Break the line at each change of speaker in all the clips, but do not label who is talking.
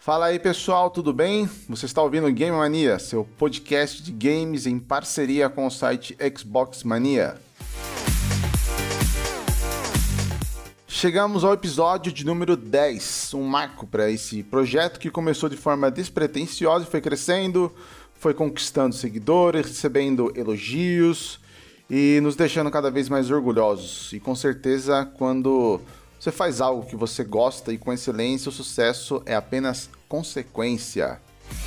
Fala aí pessoal, tudo bem? Você está ouvindo Game Mania, seu podcast de games em parceria com o site Xbox Mania. Chegamos ao episódio de número 10, um marco para esse projeto que começou de forma despretensiosa e foi crescendo, foi conquistando seguidores, recebendo elogios e nos deixando cada vez mais orgulhosos. E com certeza, quando você faz algo que você gosta e com excelência, o sucesso é apenas consequência.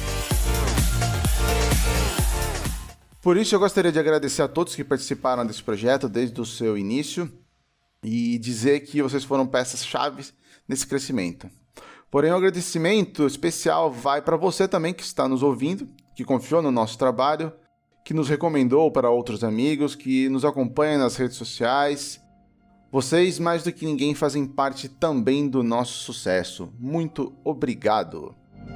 Por isso, eu gostaria de agradecer a todos que participaram desse projeto desde o seu início e dizer que vocês foram peças-chave nesse crescimento. Porém, o agradecimento especial vai para você também que está nos ouvindo, que confiou no nosso trabalho, que nos recomendou para outros amigos, que nos acompanha nas redes sociais. Vocês, mais do que ninguém, fazem parte também do nosso sucesso. Muito obrigado!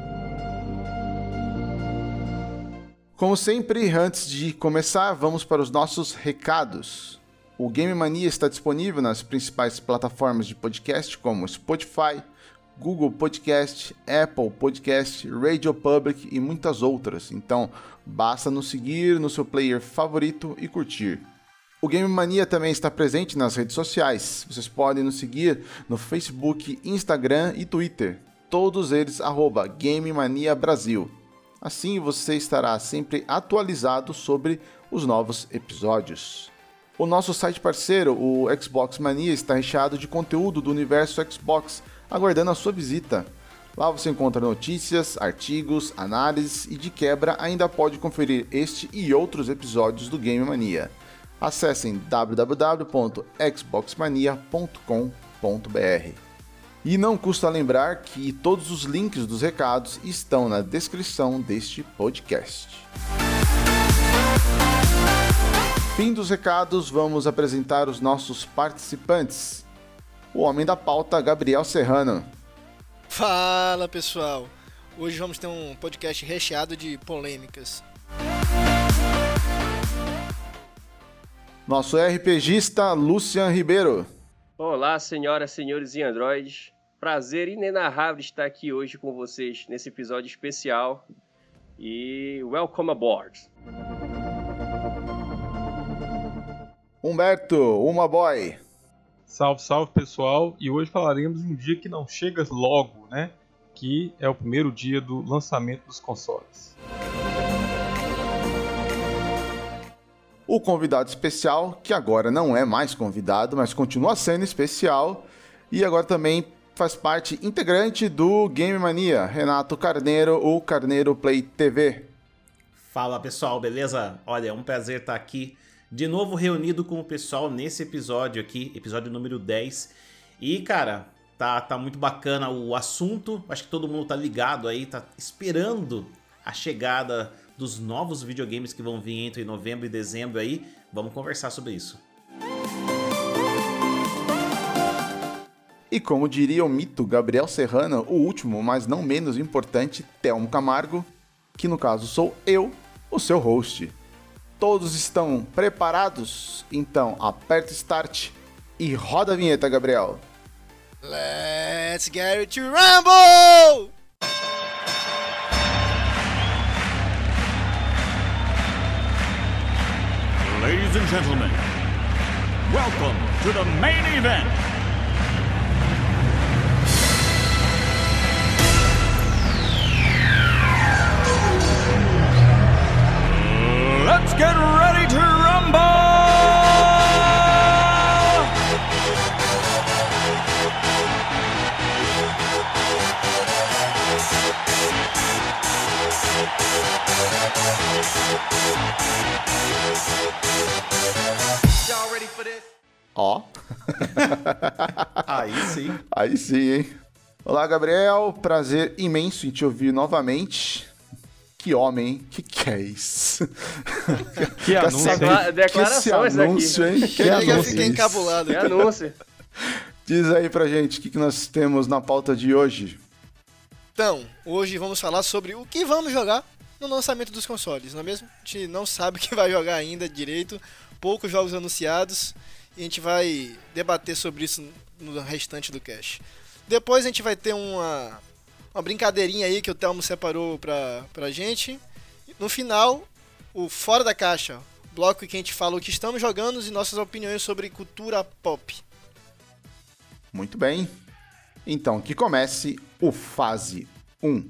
Como sempre, antes de começar, vamos para os nossos recados. O Game Mania está disponível nas principais plataformas de podcast como Spotify, Google Podcast, Apple Podcast, Radio Public e muitas outras. Então, basta nos seguir no seu player favorito e curtir. O Game Mania também está presente nas redes sociais. Vocês podem nos seguir no Facebook, Instagram e Twitter. Todos eles @GameManiaBrasil. Assim você estará sempre atualizado sobre os novos episódios. O nosso site parceiro, o Xbox Mania, está recheado de conteúdo do universo Xbox, aguardando a sua visita. Lá você encontra notícias, artigos, análises e de quebra ainda pode conferir este e outros episódios do Game Mania. Acessem www.xboxmania.com.br. E não custa lembrar que todos os links dos recados estão na descrição deste podcast. Fim dos recados, vamos apresentar os nossos participantes. O homem da pauta, Gabriel Serrano.
Fala pessoal, hoje vamos ter um podcast recheado de polêmicas.
Nosso RPGista, Lucian Ribeiro.
Olá, senhoras, senhores e androides. Prazer inenarrável estar aqui hoje com vocês nesse episódio especial. E welcome aboard.
Humberto, Uma Boy.
Salve, salve pessoal. E hoje falaremos de um dia que não chega logo, né? Que é o primeiro dia do lançamento dos consoles.
O convidado especial, que agora não é mais convidado, mas continua sendo especial, e agora também faz parte integrante do Game Mania, Renato Carneiro, o Carneiro Play TV.
Fala pessoal, beleza? Olha, é um prazer estar aqui de novo reunido com o pessoal nesse episódio aqui, episódio número 10. E cara, tá muito bacana o assunto, acho que todo mundo tá ligado aí, tá esperando a chegada dos novos videogames que vão vir entre novembro e dezembro aí. Vamos conversar sobre isso.
E como diria o mito Gabriel Serrano, o último, mas não menos importante, Telmo Camargo, que no caso sou eu, o seu host. Todos estão preparados? Então aperta Start e roda a vinheta, Gabriel.
Let's get it to rumble!
Ladies and gentlemen, welcome to the main event. Let's get ready to rumble!
Y'all ready for this?
Ó.
Aí sim.
Aí sim, hein? Olá, Gabriel. Prazer imenso em te ouvir novamente. Que homem, hein? Que é isso?
Que anúncio, hein?
Declaração
esse anúncio, hein? Que
Eu já
anúncio
fiquei
isso?
encabulado.
Que anúncio.
Diz aí pra gente o que nós temos na pauta de hoje.
Então, hoje vamos falar sobre o que vamos jogar no lançamento dos consoles, não é mesmo? A gente não sabe o que vai jogar ainda direito, poucos jogos anunciados, e a gente vai debater sobre isso no restante do cast. Depois a gente vai ter uma brincadeirinha aí que o Thelmo separou pra gente. No final, o Fora da Caixa, bloco em que a gente fala o que estamos jogando e nossas opiniões sobre cultura pop.
Muito bem. Então, que comece o Fase 1.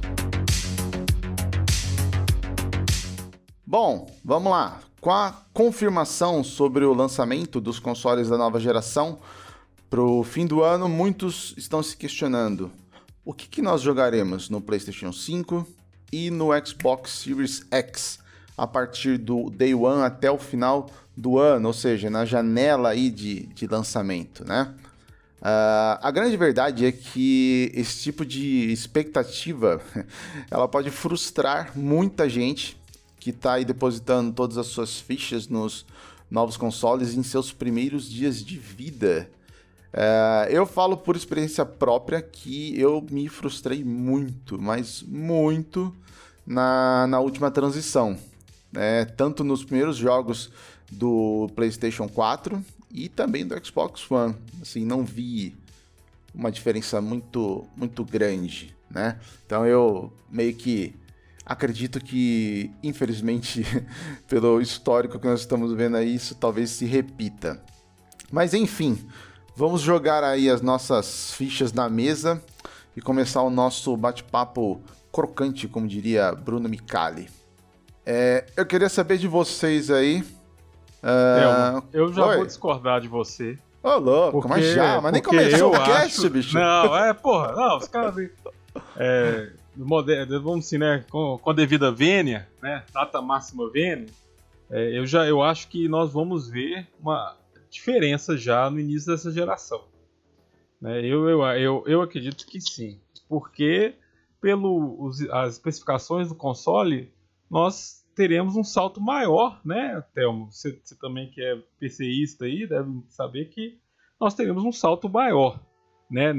Bom, vamos lá. Com a confirmação sobre o lançamento dos consoles da nova geração para o fim do ano, muitos estão se questionando o que nós jogaremos no PlayStation 5 e no Xbox Series X a partir do Day One até o final do ano, ou seja, na janela aí de lançamento, né? A grande verdade é que esse tipo de expectativa ela pode frustrar muita gente que está aí depositando todas as suas fichas nos novos consoles em seus primeiros dias de vida. Eu falo por experiência própria que eu me frustrei muito, mas muito na última transição, tanto nos primeiros jogos do PlayStation 4 e também do Xbox One. Assim, não vi uma diferença muito grande, né? Então eu meio que acredito que, infelizmente, pelo histórico que nós estamos vendo aí, isso talvez se repita. Mas enfim, vamos jogar aí as nossas fichas na mesa e começar o nosso bate-papo crocante, como diria Bruno Micali. Eu queria saber de vocês aí.
Eu já vou discordar de você.
Ô, louco, mas nem começou o cast, bicho.
Não, os caras... vamos assim, né, com a devida vênia, né, data máxima vênia, eu acho que nós vamos ver uma diferença já no início dessa geração. Né? Eu acredito que sim, porque as especificações do console, nós teremos um salto maior, né, Thelmo? Você também que é PCista aí, deve saber que nós teremos um salto maior, né,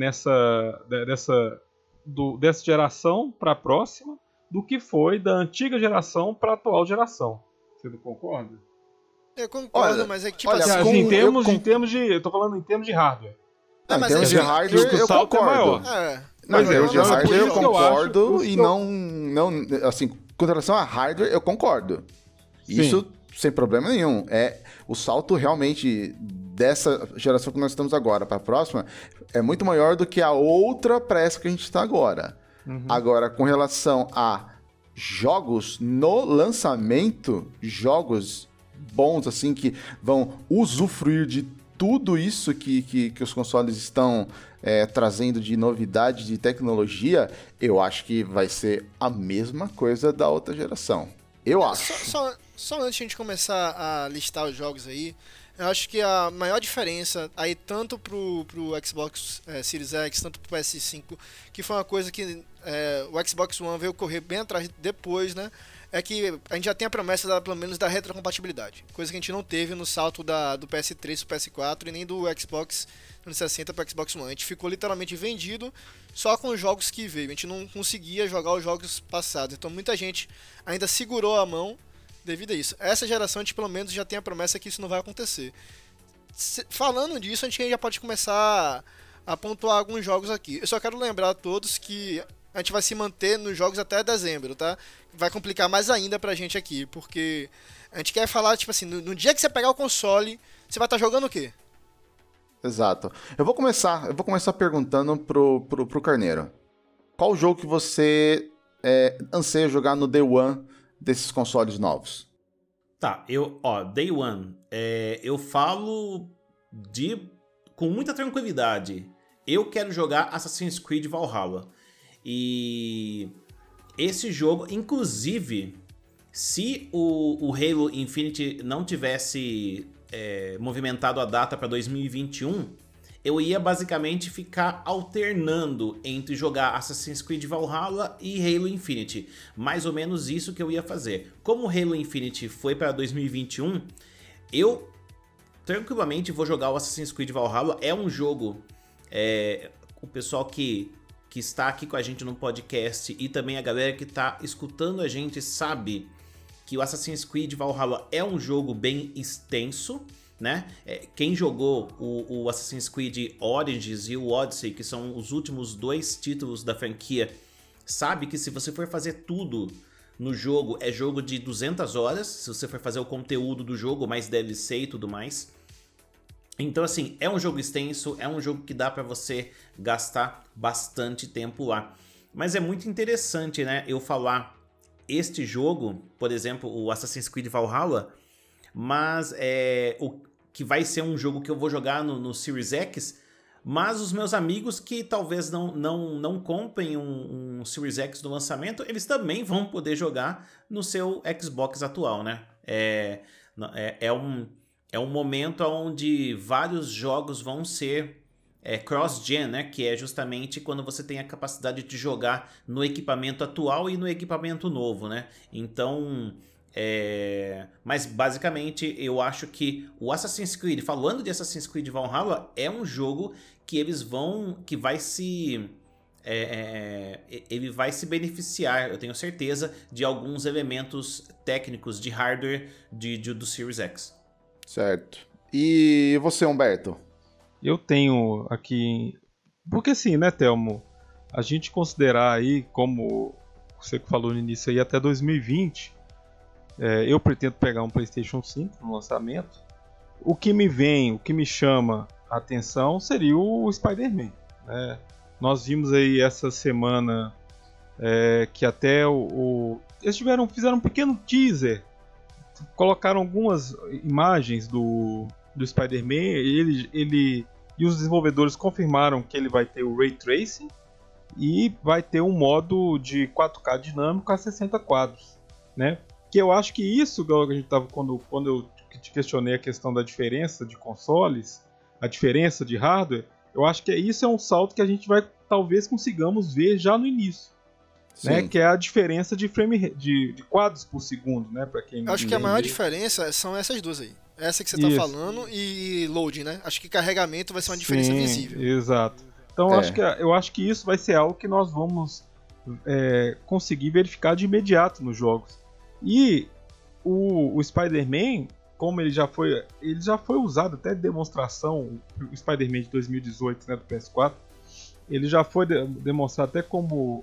dessa geração para a próxima do que foi da antiga geração para a atual geração. Você não concorda?
Eu concordo, mas é que tipo assim...
Eu tô falando em termos de hardware.
Em termos de hardware, eu concordo. Em termos de hardware, eu concordo e não... Assim, com relação a hardware, eu concordo. Sim. Isso sem problema nenhum. O salto realmente dessa geração que nós estamos agora para a próxima é muito maior do que a outra para essa que a gente está agora. Uhum. Agora, com relação a jogos no lançamento, jogos bons, assim, que vão usufruir de tudo isso que os consoles estão trazendo de novidade, de tecnologia, eu acho que vai ser a mesma coisa da outra geração. Eu acho.
Só antes de a gente começar a listar os jogos aí, eu acho que a maior diferença aí, tanto pro Xbox Series X, tanto pro PS5, que foi uma coisa que o Xbox One veio correr bem atrás depois, né? É que a gente já tem a promessa, pelo menos, da retrocompatibilidade. Coisa que a gente não teve no salto do PS3 pro PS4 e nem do Xbox 360 pro Xbox One. A gente ficou literalmente vendido só com os jogos que veio. A gente não conseguia jogar os jogos passados. Então muita gente ainda segurou a mão devido a isso. Essa geração a gente pelo menos já tem a promessa que isso não vai acontecer. Falando disso, a gente já pode começar a pontuar alguns jogos aqui. Eu só quero lembrar a todos que a gente vai se manter nos jogos até dezembro, tá? Vai complicar mais ainda pra gente aqui, porque a gente quer falar, tipo assim, no dia que você pegar o console, você vai estar jogando o quê?
Exato. Eu vou começar perguntando pro Carneiro. Qual jogo que você anseia jogar no Day One desses consoles novos?
Tá, Day One, eu falo com muita tranquilidade. Eu quero jogar Assassin's Creed Valhalla. E esse jogo, inclusive, se o Halo Infinite não tivesse movimentado a data para 2021, eu ia basicamente ficar alternando entre jogar Assassin's Creed Valhalla e Halo Infinite. Mais ou menos isso que eu ia fazer. Como o Halo Infinite foi para 2021, eu tranquilamente vou jogar o Assassin's Creed Valhalla. É um jogo... o pessoal que está aqui com a gente no podcast e também a galera que está escutando a gente sabe que o Assassin's Creed Valhalla é um jogo bem extenso, né? Quem jogou o Assassin's Creed Origins e o Odyssey, que são os últimos 2 títulos da franquia, sabe que se você for fazer tudo no jogo, é jogo de 200 horas, se você for fazer o conteúdo do jogo, mais DLC e tudo mais. Então, assim, é um jogo extenso, é um jogo que dá pra você gastar bastante tempo lá. Mas é muito interessante, né, eu falar este jogo, por exemplo, o Assassin's Creed Valhalla, mas o que vai ser um jogo que eu vou jogar no Series X, mas os meus amigos que talvez não comprem um Series X no lançamento, eles também vão poder jogar no seu Xbox atual, né? É um momento onde vários jogos vão ser cross-gen, né? Que é justamente quando você tem a capacidade de jogar no equipamento atual e no equipamento novo, né? Então, mas basicamente eu acho que o Assassin's Creed, falando de Assassin's Creed Valhalla, é um jogo que ele vai se beneficiar, eu tenho certeza, de alguns elementos técnicos de hardware do Series X.
Certo. E você, Humberto?
Eu tenho aqui... Porque assim, né, Thelmo? A gente considerar aí, como você que falou no início aí, até 2020, eu pretendo pegar um PlayStation 5 no lançamento. O que me chama a atenção seria o Spider-Man, né? Nós vimos aí essa semana que até eles fizeram um pequeno teaser, colocaram algumas imagens do Spider-Man, ele e os desenvolvedores confirmaram que ele vai ter o Ray Tracing e vai ter um modo de 4K dinâmico a 60 quadros, né? Que eu acho que isso, a gente tava, quando eu te questionei a questão da diferença de consoles, a diferença de hardware, eu acho que isso é um salto que a gente talvez consigamos ver já no início, né? Que é a diferença de de quadros por segundo, né? Para quem
eu acho que a maior diferença são essas duas aí. Essa que você está falando e loading, né? Acho que carregamento vai ser uma diferença visível.
Exato. Então eu acho que isso vai ser algo que nós vamos conseguir verificar de imediato nos jogos. E o Spider-Man, como ele já foi usado até de demonstração, o Spider-Man de 2018, né, do PS4, ele já foi demonstrado até como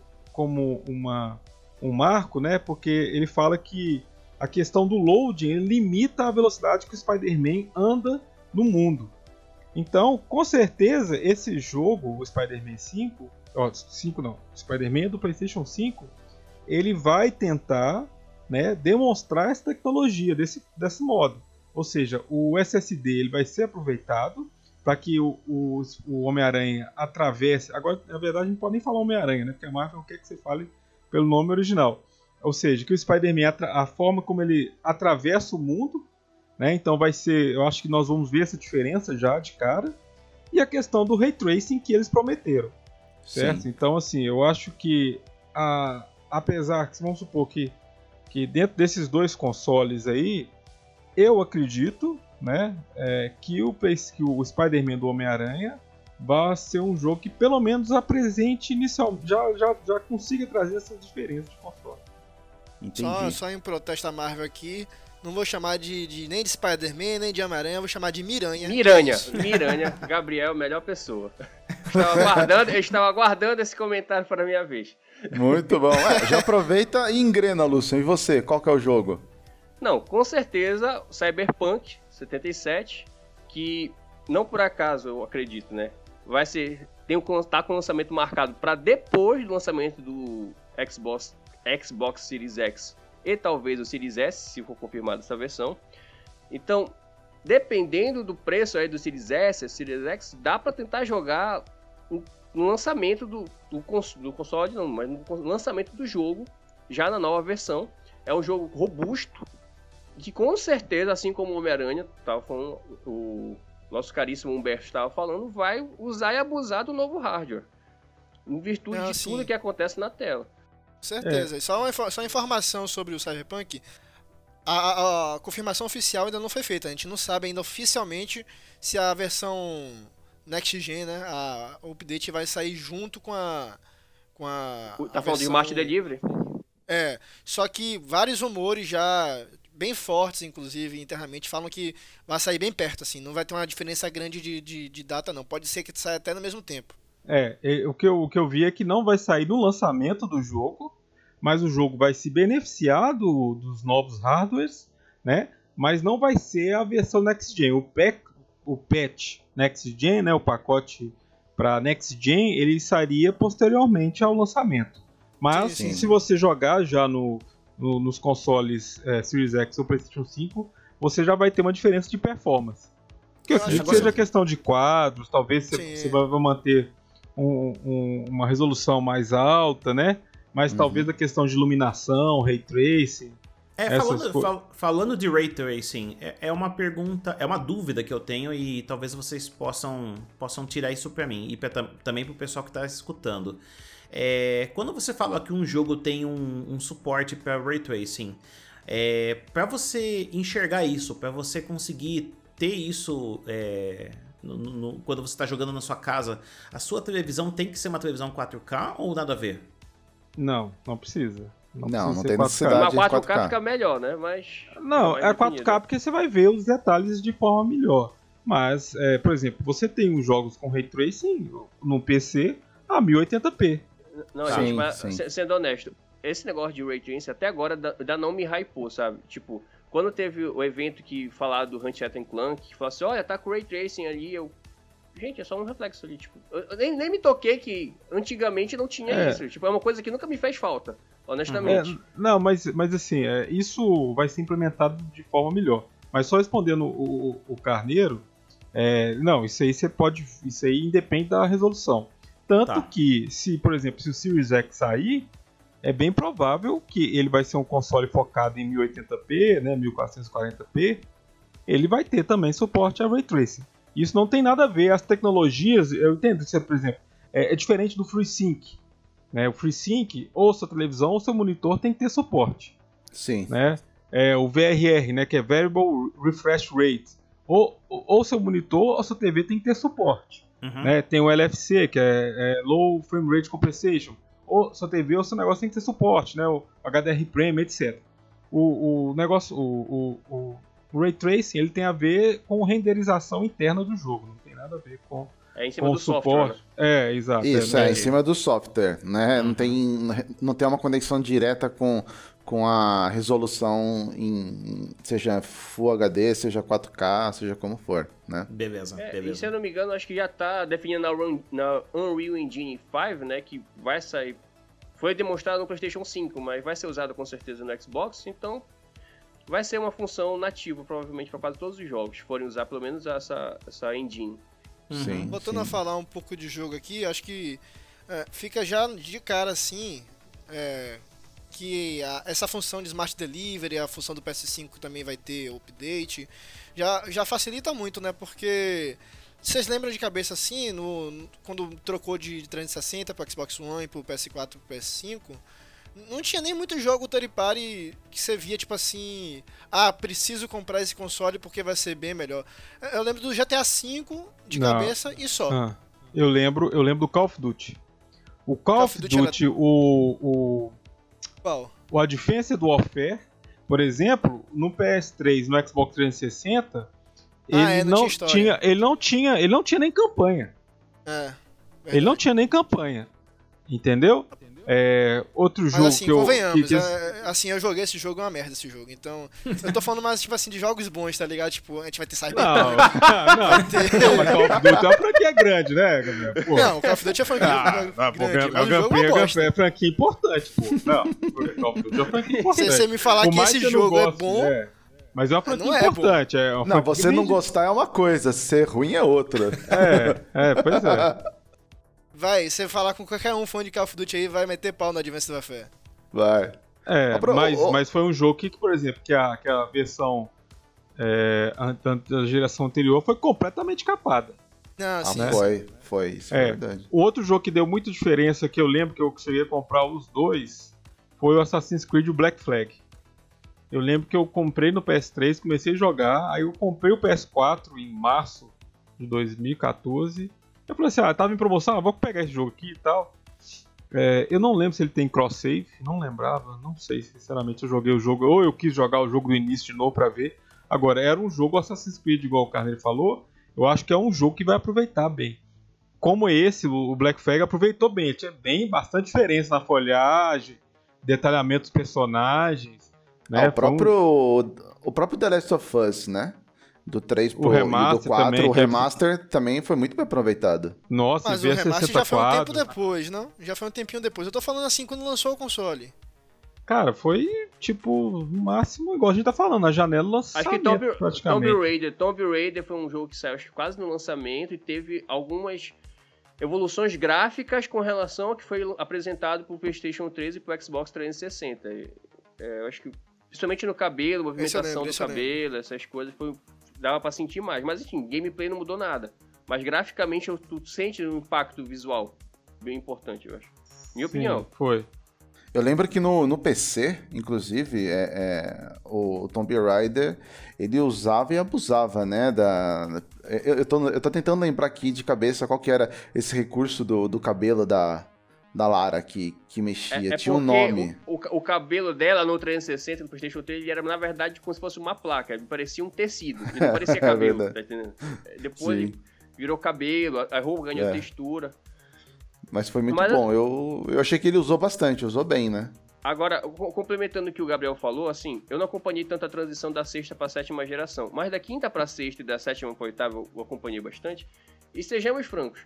um marco, né, porque ele fala que a questão do loading limita a velocidade que o Spider-Man anda no mundo. Então, com certeza, esse jogo, o Spider-Man 5, o Spider-Man do PlayStation 5, ele vai tentar, né, demonstrar essa tecnologia desse modo. Ou seja, o SSD ele vai ser aproveitado para que o Homem-Aranha atravesse... Agora, na verdade, a gente não pode nem falar Homem-Aranha, né, porque a Marvel quer que você fale pelo nome original. Ou seja, que o Spider-Man, a forma como ele atravessa o mundo, né? Então vai ser, eu acho que nós vamos ver essa diferença já de cara. E a questão do Ray Tracing que eles prometeram, certo? Sim. Então, assim, eu acho que, apesar que, vamos supor que dentro desses dois consoles aí, eu acredito, né, que o Spider-Man do Homem-Aranha vai ser um jogo que pelo menos apresente inicialmente, já consiga trazer essas diferenças de console.
Só em protesto à Marvel aqui, não vou chamar nem de Spider-Man, nem de Homem-Aranha, vou chamar de Miranha.
Miranha. Gabriel, melhor pessoa. Eu estava aguardando esse comentário para a minha vez.
Muito bom. Já aproveita e engrena, Lúcio. E você, qual que é o jogo?
Não, com certeza, Cyberpunk 77, que não por acaso, eu acredito, né? Tá com o lançamento marcado para depois do lançamento do Xbox Series X e talvez o Series S, se for confirmada essa versão. Então, dependendo do preço aí do Series S, Series X, dá para tentar jogar no lançamento do console, não, mas no lançamento do jogo, já na nova versão. É um jogo robusto, que com certeza, assim como o Homem-Aranha, o nosso caríssimo Humberto estava falando, vai usar e abusar do novo hardware, em virtude de tudo que acontece na tela.
Certeza. Só uma informação sobre o Cyberpunk. A confirmação oficial ainda não foi feita. A gente não sabe ainda oficialmente se a versão Next Gen, né, o update vai sair junto com a
Tá falando de Smart Delivery?
Só que vários rumores já bem fortes, inclusive, internamente, falam que vai sair bem perto, assim, não vai ter uma diferença grande de data, não. Pode ser que saia até no mesmo tempo.
O que eu vi é que não vai sair no lançamento do jogo, mas o jogo vai se beneficiar dos novos hardwares, né? Mas não vai ser a versão Next Gen. O patch Next Gen, né? O pacote para Next Gen, ele sairia posteriormente ao lançamento. Mas
Sim.
se você jogar já nos consoles Series X ou PlayStation 5, você já vai ter uma diferença de performance. Que eu acredito que seja questão de quadros, talvez você vai manter uma resolução mais alta, né? Mas talvez a questão de iluminação, Ray Tracing...
Falando de Ray Tracing, é uma pergunta, é uma dúvida que eu tenho e talvez vocês possam tirar isso pra mim e também pro pessoal que tá escutando. Quando você fala que um jogo tem um suporte para Ray Tracing, para você enxergar isso, para você conseguir ter isso quando você está jogando na sua casa, a sua televisão tem que ser uma televisão 4K ou nada a ver?
Não
Não precisa.
tem
precisa
necessidade.
Uma
de
4K fica melhor, né? Mas
não, é 4K porque você vai ver os detalhes de forma melhor. Mas, por exemplo, você tem os jogos com Ray Tracing no PC a 1080p.
Não,
Sim,
gente, mas
sim.
sendo honesto, esse negócio de Ray Tracing até agora ainda não me hypou, sabe? Tipo, quando teve o evento que falaram do Ratchet & Clank, que falou assim, olha, tá com Ray Tracing ali, gente, é só um reflexo ali, tipo... Eu nem me toquei que antigamente não tinha isso. Tipo, é uma coisa que nunca me fez falta, honestamente.
Não, mas assim, isso vai ser implementado de forma melhor. Mas só respondendo o Carneiro, não, isso aí independe da resolução. Tanto que, por exemplo, se o Series X sair, é bem provável que ele vai ser um console focado em 1080p, né, 1440p, ele vai ter também suporte a Ray Tracing. Isso não tem nada a ver, as tecnologias, eu entendo que, por exemplo, é diferente do FreeSync. Né? O FreeSync, ou sua televisão ou seu monitor tem que ter suporte.
Sim.
Né? O VRR, né, que é Variable Refresh Rate, ou seu monitor ou sua TV tem que ter suporte.
Uhum.
Né? Tem o LFC, que é Low Frame Rate Compensation. Ou sua TV ou seu negócio tem que ter suporte, né? O HDR Premium, etc. O Ray Tracing ele tem a ver com renderização interna do jogo, não tem nada a ver com
em cima do
suporte.
Software, né?
Exato.
Isso, em cima do software, né? Não tem uma conexão direta com a resolução seja Full HD, seja 4K, seja como for, né?
Beleza.
E se eu não me engano, acho que já tá definindo na Unreal Engine 5, né, que vai sair, foi demonstrado no PlayStation 5, mas vai ser usado com certeza no Xbox, então vai ser uma função nativa, provavelmente, para quase todos os jogos, se forem usar pelo menos essa engine.
Sim.
Voltando a falar um pouco de jogo aqui, acho que fica já de cara assim, que essa função de Smart Delivery, a função do PS5 também vai ter update, já facilita muito, né? Porque vocês lembram de cabeça assim, quando trocou de 360 para Xbox One e pro PS4 e pro PS5, não tinha nem muito jogo third party que você via tipo assim, preciso comprar esse console porque vai ser bem melhor. Eu lembro do GTA V de cabeça e só.
Eu lembro do Call of Duty. O Call of Duty,
Qual?
O Advanced Warfare, por exemplo, no PS3, no Xbox 360, ele não tinha nem campanha. Ele não tinha nem campanha. Entendeu? Outro jogo
assim, convenhamos, assim, eu joguei esse jogo, é uma merda esse jogo. Então, eu tô falando mais, tipo assim, de jogos bons, tá ligado? Tipo, a gente vai ter Cyberpunk.
Não, mas Call of Duty é uma franquia grande, né, Gabriel?
Não, Call of Duty é franquia grande, mas o jogo é uma bosta.
É franquia importante, pô. Não, Call of Duty é uma franquia importante.
Se você me falar que esse jogo é bom...
Mas é uma franquia importante.
Não, você não gostar é uma coisa, ser ruim é outra.
Pois é.
Vai, você falar com qualquer fã de Call of Duty aí, vai meter pau no Advanced Warfare.
Vai.
Mas foi um jogo que, por exemplo, que a versão da geração anterior foi completamente capada.
Foi, isso é verdade.
O outro jogo que deu muita diferença, que eu lembro que eu cheguei a comprar os dois, foi o Assassin's Creed Black Flag. Eu lembro que eu comprei no PS3, comecei a jogar, aí eu comprei o PS4 em março de 2014. Eu falei assim, tava em promoção, vou pegar esse jogo aqui e tal. Eu não lembro se ele tem cross-save, não lembrava, não sei, sinceramente. Eu joguei o jogo, ou eu quis jogar o jogo do início de novo pra ver. Agora, era um jogo Assassin's Creed, igual o Carneiro falou, eu acho que é um jogo que vai aproveitar bem. Como esse, o Black Flag aproveitou bem, ele tinha bastante diferença na folhagem, detalhamento dos personagens. Né?
O próprio The Last of Us, né? Do 3 pro e do 4, também, o remaster também foi muito bem aproveitado.
Nossa,
mas o remaster já foi um tempo depois, não? Já foi um tempinho depois. Eu tô falando assim, quando lançou o console.
Cara, foi tipo, no máximo, igual a gente tá falando, na janela lançamento,
acho que
praticamente.
Tomb Raider foi um jogo que saiu quase no lançamento e teve algumas evoluções gráficas com relação ao que foi apresentado pro PlayStation 3 e pro Xbox 360. Eu acho que, principalmente no cabelo, movimentação do cabelo, essas coisas, dava pra sentir mais. Mas enfim, gameplay não mudou nada. Mas graficamente tu sente um impacto visual bem importante, eu acho. Minha opinião.
Foi.
Eu lembro que no PC, inclusive, o Tomb Raider, ele usava e abusava, né? Eu tô tentando lembrar aqui de cabeça qual que era esse recurso do cabelo da Lara que mexia. Tinha um nome.
O cabelo dela no 360, no PlayStation 3, ele era, na verdade, como se fosse uma placa. Parecia um tecido. Ele não parecia cabelo, tá entendendo? Depois ele virou cabelo, a roupa ganhou textura.
Mas foi muito bom. Eu achei que ele usou bastante, usou bem, né?
Agora, complementando o que o Gabriel falou, assim, eu não acompanhei tanto a transição da sexta pra sétima geração, mas da quinta pra sexta e da sétima pra oitava eu acompanhei bastante. E sejamos francos,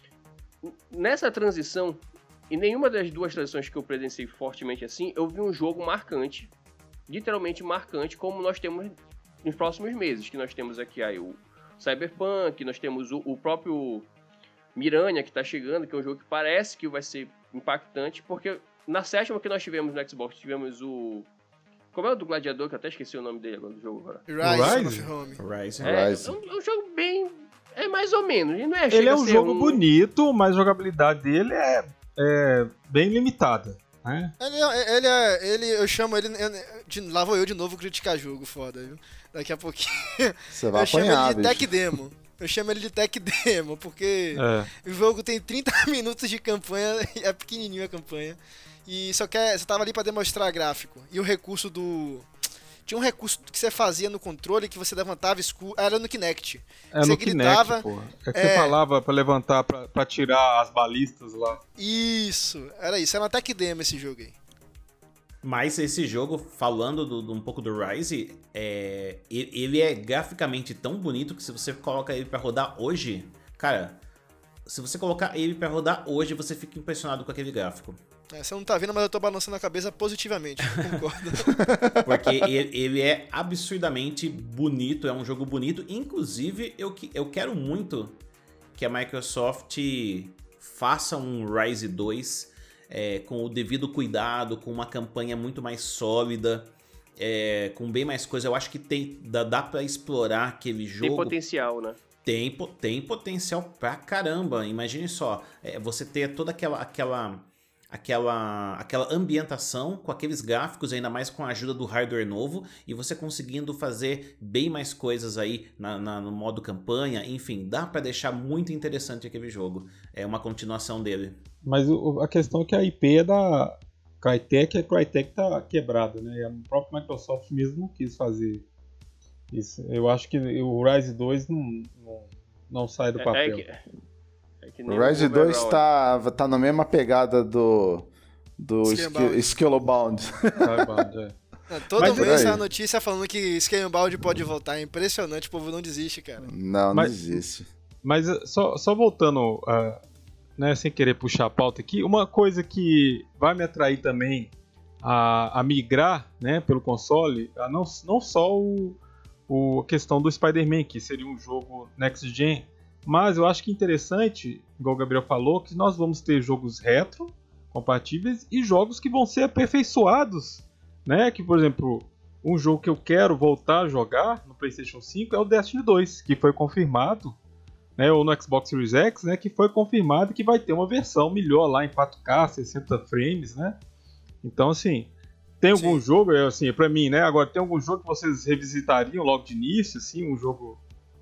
nessa transição, em nenhuma das duas transições que eu presenciei fortemente assim, eu vi um jogo marcante, literalmente marcante, como nós temos nos próximos meses, que nós temos aqui aí o Cyberpunk, nós temos o próprio Miranha que tá chegando, que é um jogo que parece que vai ser impactante, porque na sétima que nós tivemos no Xbox, tivemos o... Como é o do Gladiador, que eu até esqueci o nome dele agora do jogo agora.
Rise.
É um jogo bem... É mais ou menos. E não
ele é um jogo bonito, mas a jogabilidade dele é bem limitada. Né?
Eu chamo ele... Lá vou eu de novo criticar jogo, foda, viu? Daqui a pouquinho.
Você vai apanhar,
ele de tech demo. Eu chamo ele de tech demo, porque o jogo tem 30 minutos de campanha e é pequenininho a campanha. E você tava ali pra demonstrar gráfico. E o recurso tinha um recurso que você fazia no controle que você levantava escuro. Era no Kinect.
Você
no
gritava. Kinect, que você falava pra levantar, pra tirar as balistas lá.
Isso, era uma tech demo esse jogo aí.
Mas esse jogo, falando um pouco do Rise, ele é graficamente tão bonito que se você coloca ele pra rodar hoje, cara, se você colocar ele pra rodar hoje, você fica impressionado com aquele gráfico.
Você não tá vendo, mas eu tô balançando a cabeça positivamente, concordo.
Porque ele é absurdamente bonito, é um jogo bonito. Inclusive, eu quero muito que a Microsoft faça um Rise 2 com o devido cuidado, com uma campanha muito mais sólida, com bem mais coisa. Eu acho que dá pra explorar aquele jogo.
Tem potencial, né?
Tem potencial pra caramba. Imagine só, você ter toda aquela ambientação com aqueles gráficos, ainda mais com a ajuda do hardware novo, e você conseguindo fazer bem mais coisas aí no modo campanha. Enfim, dá pra deixar muito interessante aquele jogo. É uma continuação dele.
Mas a questão é que a IP é da Crytek, e a Crytek tá quebrada, né? E a própria Microsoft mesmo não quis fazer isso. Eu acho que o Rise 2 não sai do papel.
O Rise 2 tá na mesma pegada do Scalebound.
Toda vez a notícia falando que Scalebound pode voltar. É impressionante, o povo não desiste, cara.
Não desiste.
Mas só voltando, né, sem querer puxar a pauta aqui, uma coisa que vai me atrair também a migrar, né, pelo console, não só a questão do Spider-Man, que seria um jogo Next Gen, mas eu acho que é interessante, igual o Gabriel falou, que nós vamos ter jogos retro, compatíveis, e jogos que vão ser aperfeiçoados, né? Que, por exemplo, um jogo que eu quero voltar a jogar no PlayStation 5 é o Destiny 2, que foi confirmado, né? Ou no Xbox Series X, né? Que foi confirmado que vai ter uma versão melhor lá em 4K, 60 frames, né? Então, assim, tem algum jogo, assim, pra mim, né? Agora, tem algum jogo que vocês revisitariam logo de início, assim, um jogo...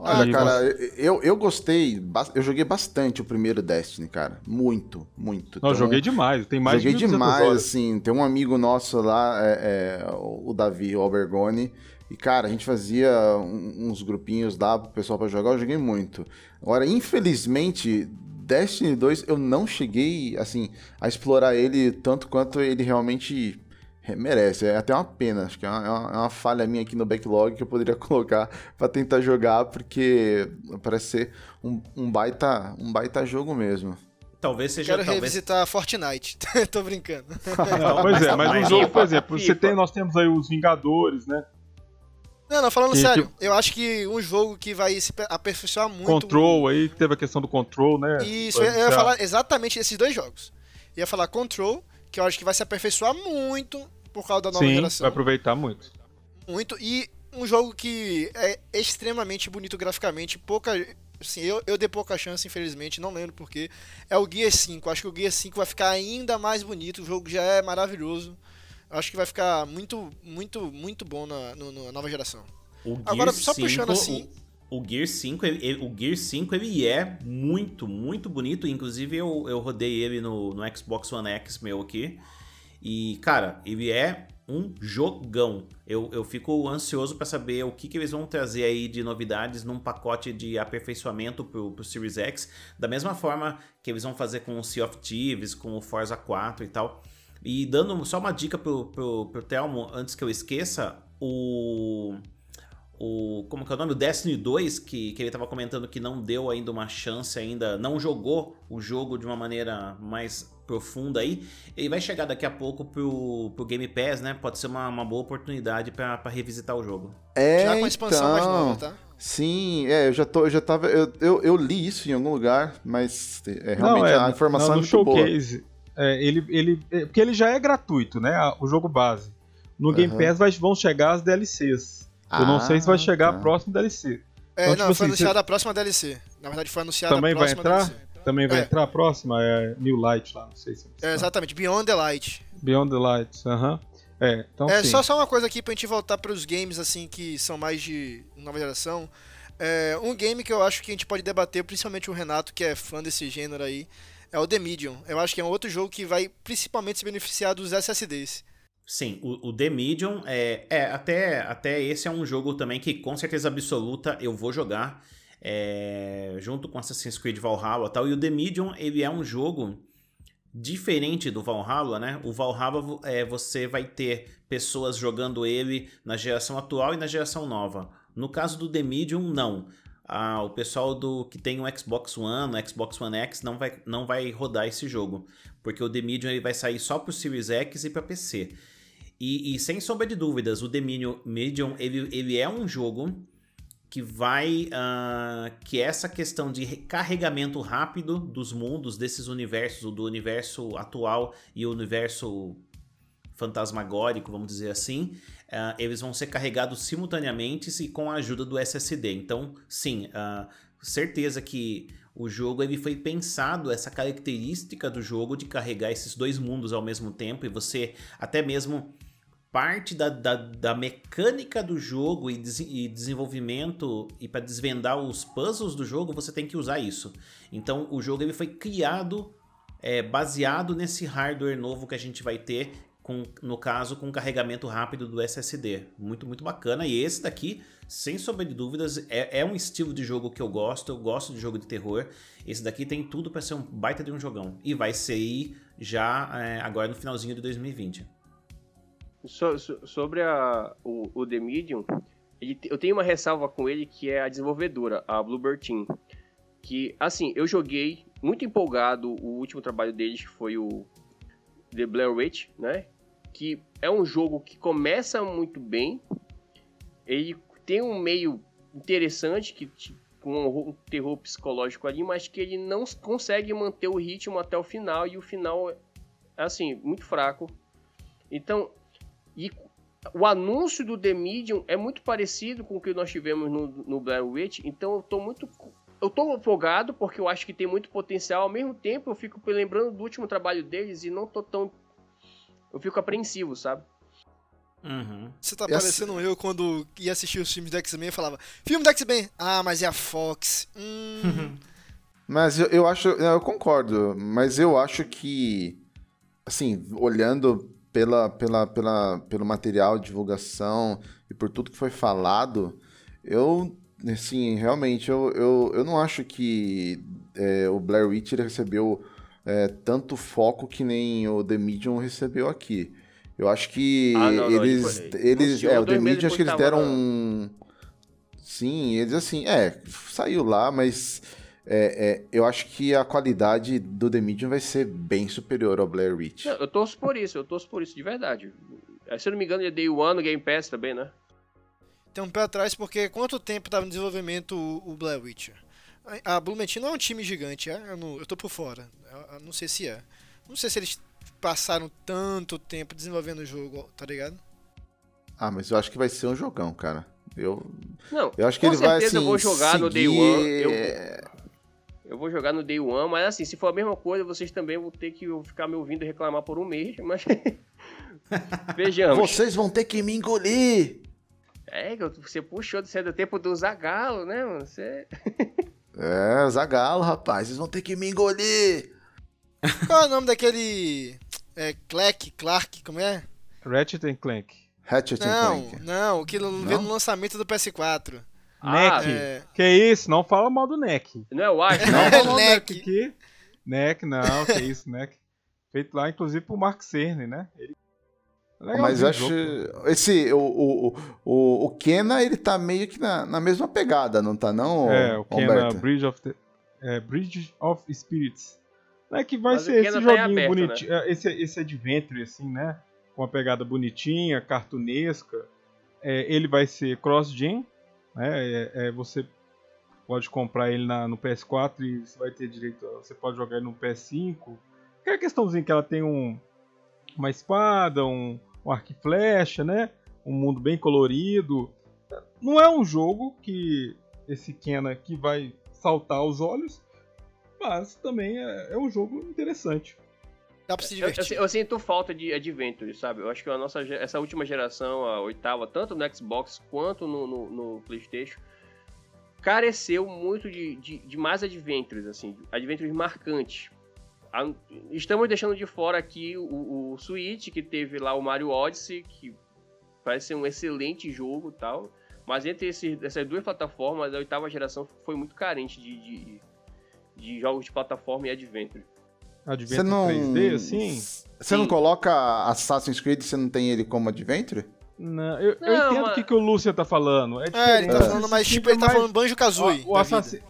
Olha, cara, eu gostei, eu joguei bastante o primeiro Destiny, cara, muito.
Não, joguei demais, tem mais de 1.200
demais,
horas.
assim, tem um amigo nosso lá, o Davi, o Albergoni, e, cara, a gente fazia uns grupinhos lá pro pessoal pra jogar, eu joguei muito. Agora, infelizmente, Destiny 2 eu não cheguei, assim, a explorar ele tanto quanto ele realmente merece. É até uma pena, acho que é uma falha minha aqui no backlog que eu poderia colocar pra tentar jogar, porque parece ser um baita jogo mesmo.
Talvez seja...
Quero revisitar Fortnite. Tô brincando.
Pois é, mas um jogo, por exemplo, nós temos aí os Vingadores, né?
Não, falando sério, eu acho que um jogo que vai se aperfeiçoar muito...
Control aí, teve a questão do Control, né?
Isso, eu ia falar exatamente desses dois jogos. Ia falar Control, que eu acho que vai se aperfeiçoar muito por causa da nova geração.
Vai aproveitar muito.
Muito, e um jogo que é extremamente bonito graficamente, assim, eu dei pouca chance, infelizmente, não lembro porquê, é o Gear 5. Acho que o Gear 5 vai ficar ainda mais bonito, o jogo já é maravilhoso. Acho que vai ficar muito bom na nova geração.
Agora, só puxando assim... O Gear 5, ele é muito bonito. Inclusive, eu rodei ele no Xbox One X meu aqui. E, cara, ele é um jogão. Eu fico ansioso para saber o que eles vão trazer aí de novidades num pacote de aperfeiçoamento pro Series X. Da mesma forma que eles vão fazer com o Sea of Thieves, com o Forza 4 e tal. E dando só uma dica pro Thelmo, antes que eu esqueça, como que é o nome? O Destiny 2, que ele tava comentando que não deu ainda uma chance ainda, não jogou o jogo de uma maneira mais profunda aí. Ele vai chegar daqui a pouco pro Game Pass, né? Pode ser uma boa oportunidade para revisitar o jogo.
Já com a expansão mais nova, tá?
Sim, eu li isso em algum lugar, mas realmente a informação é muito
showcase,
boa.
Porque ele já é gratuito, né? O jogo base. No Game Pass vão chegar as DLCs. Eu não sei se vai chegar a próxima DLC.
Então, foi anunciada a próxima DLC. Na verdade, foi anunciada
também
a próxima
vai entrar?
DLC.
Também vai entrar a próxima? É New Light lá, não sei se...
exatamente, Beyond the Light.
Beyond the Light, então sim.
Só uma coisa aqui pra gente voltar pros games, assim, que são mais de nova geração. Um game que eu acho que a gente pode debater, principalmente o Renato, que é fã desse gênero aí, é o The Medium. Eu acho que é um outro jogo que vai principalmente se beneficiar dos SSDs.
Sim, o The Medium até esse é um jogo também que com certeza absoluta eu vou jogar junto com Assassin's Creed Valhalla e tal. E o The Medium, ele é um jogo diferente do Valhalla, né? O Valhalla você vai ter pessoas jogando ele na geração atual e na geração nova. No caso do The Medium, não. O pessoal que tem o Xbox One, o Xbox One X não vai rodar esse jogo, porque o The Medium ele vai sair só para o Series X e para PC. E sem sombra de dúvidas, o The Medium ele é um jogo que que essa questão de carregamento rápido dos mundos, desses universos, do universo atual e o universo fantasmagórico, vamos dizer assim, eles vão ser carregados simultaneamente e com a ajuda do SSD. Então, sim, certeza que o jogo ele foi pensado, essa característica do jogo de carregar esses dois mundos ao mesmo tempo, e você até mesmo parte da mecânica do jogo e desenvolvimento, e para desvendar os puzzles do jogo, você tem que usar isso. Então o jogo ele foi criado baseado nesse hardware novo que a gente vai ter, no caso com carregamento rápido do SSD. Muito bacana. E esse daqui, sem sombra de dúvidas, é um estilo de jogo que eu gosto de jogo de terror. Esse daqui tem tudo para ser um baita de um jogão, e vai sair já agora no finalzinho de 2020.
Sobre o The Medium, eu tenho uma ressalva com ele, que é a desenvolvedora, a Bluebird Team. Que, assim, eu joguei muito empolgado o último trabalho deles, que foi o The Blair Witch, né? Que é um jogo que começa muito bem, ele tem um meio interessante, com um terror psicológico ali, mas que ele não consegue manter o ritmo até o final, e o final é, assim, muito fraco. Então... E o anúncio do The Medium é muito parecido com o que nós tivemos no Blair Witch, então eu tô empolgado, porque eu acho que tem muito potencial. Ao mesmo tempo, eu fico lembrando do último trabalho deles e não tô tão... Eu fico apreensivo, sabe?
Você tá parecendo eu quando ia assistir os filmes do X-Men e falava, filme do X-Men, mas é a Fox.
Mas eu acho, eu concordo, mas eu acho que, assim, olhando pelo material de divulgação e por tudo que foi falado, eu, assim, realmente, eu não acho que o Blair Witch recebeu tanto foco que nem o The Medium recebeu aqui. Eu acho que o The Medium, acho que eles deram Sim, eles assim, saiu lá, mas eu acho que a qualidade do The Medium vai ser bem superior ao Blair Witch.
Não, eu torço por isso de verdade. Se eu não me engano, é Day One no Game Pass também, né?
Tem um pé atrás, porque quanto tempo estava no desenvolvimento o Blair Witch? A Bloomet não é um time gigante, eu tô por fora. Eu não sei se é. Não sei se eles passaram tanto tempo desenvolvendo o jogo, tá ligado?
Mas eu acho que vai ser um jogão, cara. Eu acho que
com
ele vai,
certeza
assim,
eu vou jogar
seguir...
no Day One. Eu vou jogar no Day One, mas assim, se for a mesma coisa, vocês também vão ter que ficar me ouvindo reclamar por um mês, mas... Vejamos.
Vocês vão ter que me engolir!
Você puxou do tempo do Zagallo, né, mano?
Zagallo, rapaz, vocês vão ter que me engolir!
Qual é o nome daquele... Clark, como é?
Ratchet & Clank.
Não, que veio no lançamento do PS4.
NEC. Que isso? Não fala mal do NEC.
Não é o Ash,
não?
Não fala mal do
NEC aqui. NEC, não, que isso, NEC. Feito lá, inclusive, por Mark Cerny, né?
Mas eu acho... O Kena, ele tá meio que na mesma pegada, não tá não,
o Kena Bridge of Spirits. Que vai ser esse joguinho aberto, bonitinho, né? esse adventure, assim, né? Com uma pegada bonitinha, cartunesca. Ele vai ser cross-gen, né? Você pode comprar ele no PS4 e você vai ter direito. Você pode jogar ele no PS5. Aquela questãozinha que ela tem uma espada, um arco e flecha, né? Um mundo bem colorido. Não é um jogo que esse Kena que vai saltar aos olhos, mas também é um jogo interessante.
Dá pra se divertir.
Eu sinto falta de adventure, sabe? Eu acho que essa última geração, a oitava, tanto no Xbox quanto no PlayStation, careceu muito de mais adventures, assim, adventures marcantes. Estamos deixando de fora aqui o Switch, que teve lá o Mario Odyssey, que parece ser um excelente jogo e tal, mas entre essas duas plataformas, a oitava geração foi muito carente de jogos de plataforma e adventure.
Adventure 3D, assim?
Você não coloca Assassin's Creed e você não tem ele como adventure?
Não, eu entendo o que o Lucian tá falando.
Ele tá falando, mas tipo, ele tá falando Banjo-Kazooie.
O Assassin's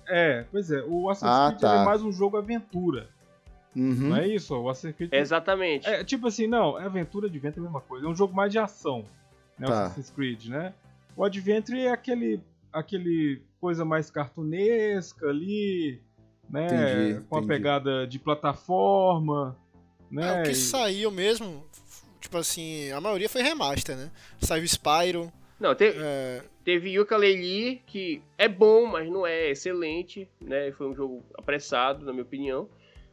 Creed é mais um jogo aventura.
Uhum.
Não é isso? O Assassin's Creed...
Exatamente.
Tipo assim, não, aventura, adventure é a mesma coisa. É um jogo mais de ação, né? O Assassin's Creed, né? O adventure é aquele coisa mais cartunesca ali, né?
Entendi.
Uma pegada de plataforma, né?
O que saiu mesmo, tipo assim, a maioria foi remaster, né? Saiu Spyro.
Não, teve Yooka-Laylee, que é bom, mas não é excelente, né? Foi um jogo apressado, na minha opinião.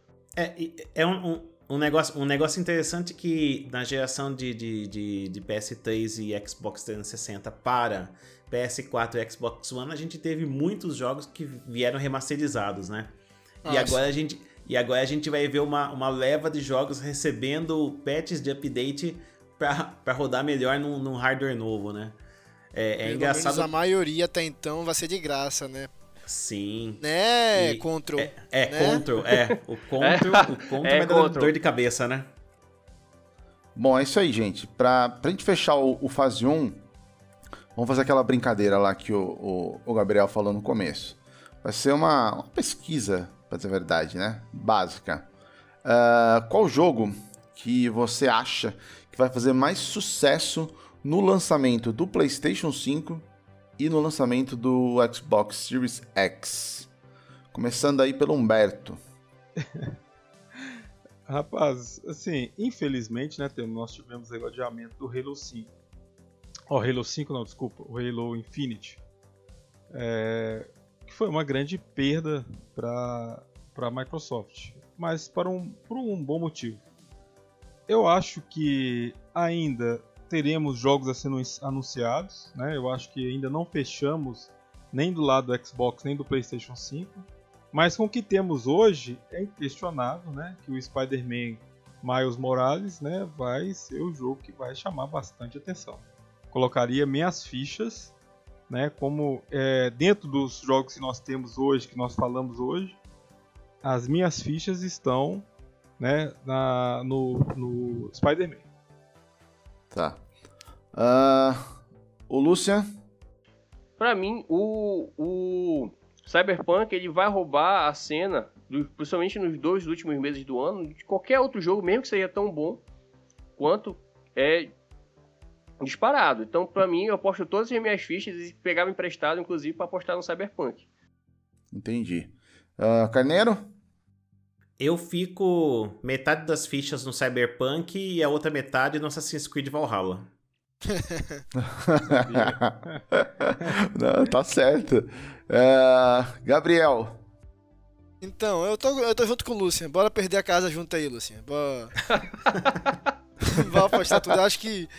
É um negócio interessante que na geração de PS3 e Xbox 360 para PS4 e Xbox One, a gente teve muitos jogos que vieram remasterizados, né? E agora a gente vai ver uma leva de jogos recebendo patches de update para rodar melhor num hardware novo, né? É engraçado.
Menos a maioria até então vai ser de graça, né?
Sim.
Né? Control.
Né? Control. O Control vai dar dor de cabeça, né?
Bom, é isso aí, gente. Pra gente fechar o fase 1, vamos fazer aquela brincadeira lá que o Gabriel falou no começo. Vai ser uma pesquisa, pra dizer a verdade, né? Básica. Qual jogo que você acha que vai fazer mais sucesso no lançamento do PlayStation 5 e no lançamento do Xbox Series X? Começando aí pelo Humberto.
Rapaz, assim, infelizmente, né, nós tivemos aí o adiamento do Halo 5. Halo 5 não, desculpa, o Halo Infinite. Que foi uma grande perda para a Microsoft, mas por um bom motivo. Eu acho que ainda teremos jogos a sendo anunciados, né? Eu acho que ainda não fechamos nem do lado do Xbox, nem do PlayStation 5. Mas com o que temos hoje, é inquestionável, né? Que o Spider-Man Miles Morales, né, vai ser o jogo que vai chamar bastante atenção. Colocaria minhas fichas, né, como dentro dos jogos que nós temos hoje, que nós falamos hoje, as minhas fichas estão, né, no Spider-Man.
Tá. O Lucian?
Pra mim, o Cyberpunk ele vai roubar a cena, principalmente nos 2 últimos meses do ano, de qualquer outro jogo, mesmo que seja tão bom quanto é disparado. Então, pra mim, eu aposto todas as minhas fichas e pegava emprestado, inclusive, pra apostar no Cyberpunk.
Entendi. Carneiro?
Eu fico metade das fichas no Cyberpunk e a outra metade no Assassin's Creed Valhalla.
Não, tá certo. Gabriel?
Então, eu tô junto com o Lucian. Bora perder a casa junto aí, Lucian. Bora. Vamos apostar tudo. Eu acho que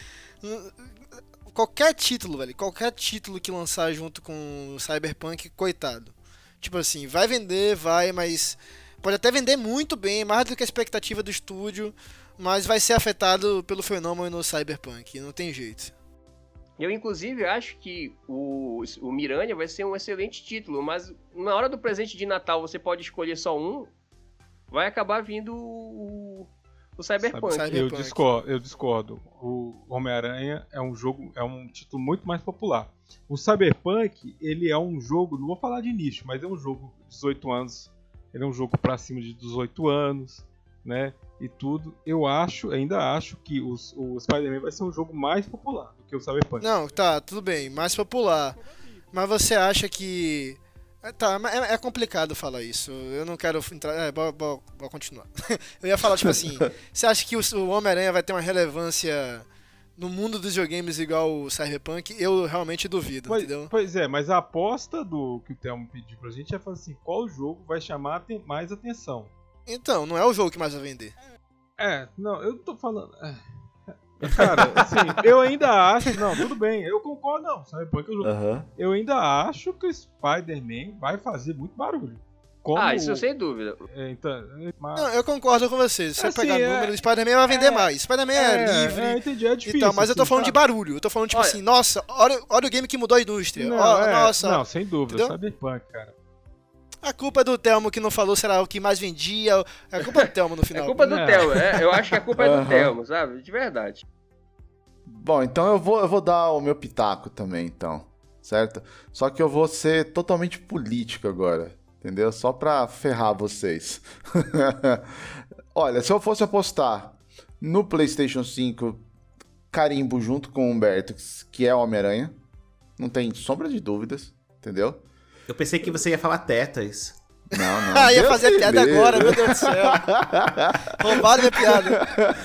qualquer título, velho, qualquer título que lançar junto com o Cyberpunk, coitado. Tipo assim, vai vender, mas pode até vender muito bem, mais do que a expectativa do estúdio, mas vai ser afetado pelo fenômeno Cyberpunk, não tem jeito.
Eu, inclusive, acho que o Miranha vai ser um excelente título, mas na hora do presente de Natal você pode escolher só um, vai acabar vindo o Cyberpunk.
Eu discordo. O Homem-Aranha é um título muito mais popular. O Cyberpunk, ele é um jogo, não vou falar de nicho, mas é um jogo de 18 anos. Ele é um jogo pra cima de 18 anos, né? E tudo. Eu ainda acho que o Spider-Man vai ser um jogo mais popular do que o Cyberpunk.
Não, tá, tudo bem, mais popular. Mas você acha que... Tá, é complicado falar isso. Eu não quero entrar... Vou continuar. Eu ia falar, tipo assim, você acha que o Homem-Aranha vai ter uma relevância no mundo dos videogames igual o Cyberpunk? Eu realmente duvido, entendeu?
Pois é, mas a aposta que o Thelmo pediu pra gente é falar assim, qual jogo vai chamar mais atenção?
Então, não é o jogo que mais vai vender.
Não, eu tô falando... Cara, assim, eu ainda acho... Não, tudo bem, eu concordo, não. Cyberpunk é o jogo.
Uhum.
Eu ainda acho que o Spider-Man vai fazer muito barulho.
Isso sem dúvida.
Não, eu concordo com você. Se você
Assim,
pegar número, o Spider-Man vai vender mais. Spider-Man é livre.
Entendi, é difícil.
Então, mas eu tô
assim,
falando de barulho. Eu tô falando, tipo assim, nossa, olha o game que mudou a indústria. Nossa.
Não, sem dúvida,
entendeu?
Cyberpunk, cara.
A culpa é do Thelmo que não falou será o que mais vendia. É a culpa do Thelmo no final.
É culpa do Thelmo, eu acho que a culpa é do Thelmo, sabe? De verdade.
Bom, então eu vou dar o meu pitaco também, então. Certo? Só que eu vou ser totalmente político agora. Entendeu? Só pra ferrar vocês. Olha, se eu fosse apostar no PlayStation 5, carimbo junto com o Humberto, que é Homem-Aranha. Não tem sombra de dúvidas. Entendeu?
Eu pensei que você ia falar Tetris.
Não.
Ia fazer a piada agora, meu Deus do céu. Roubado minha piada.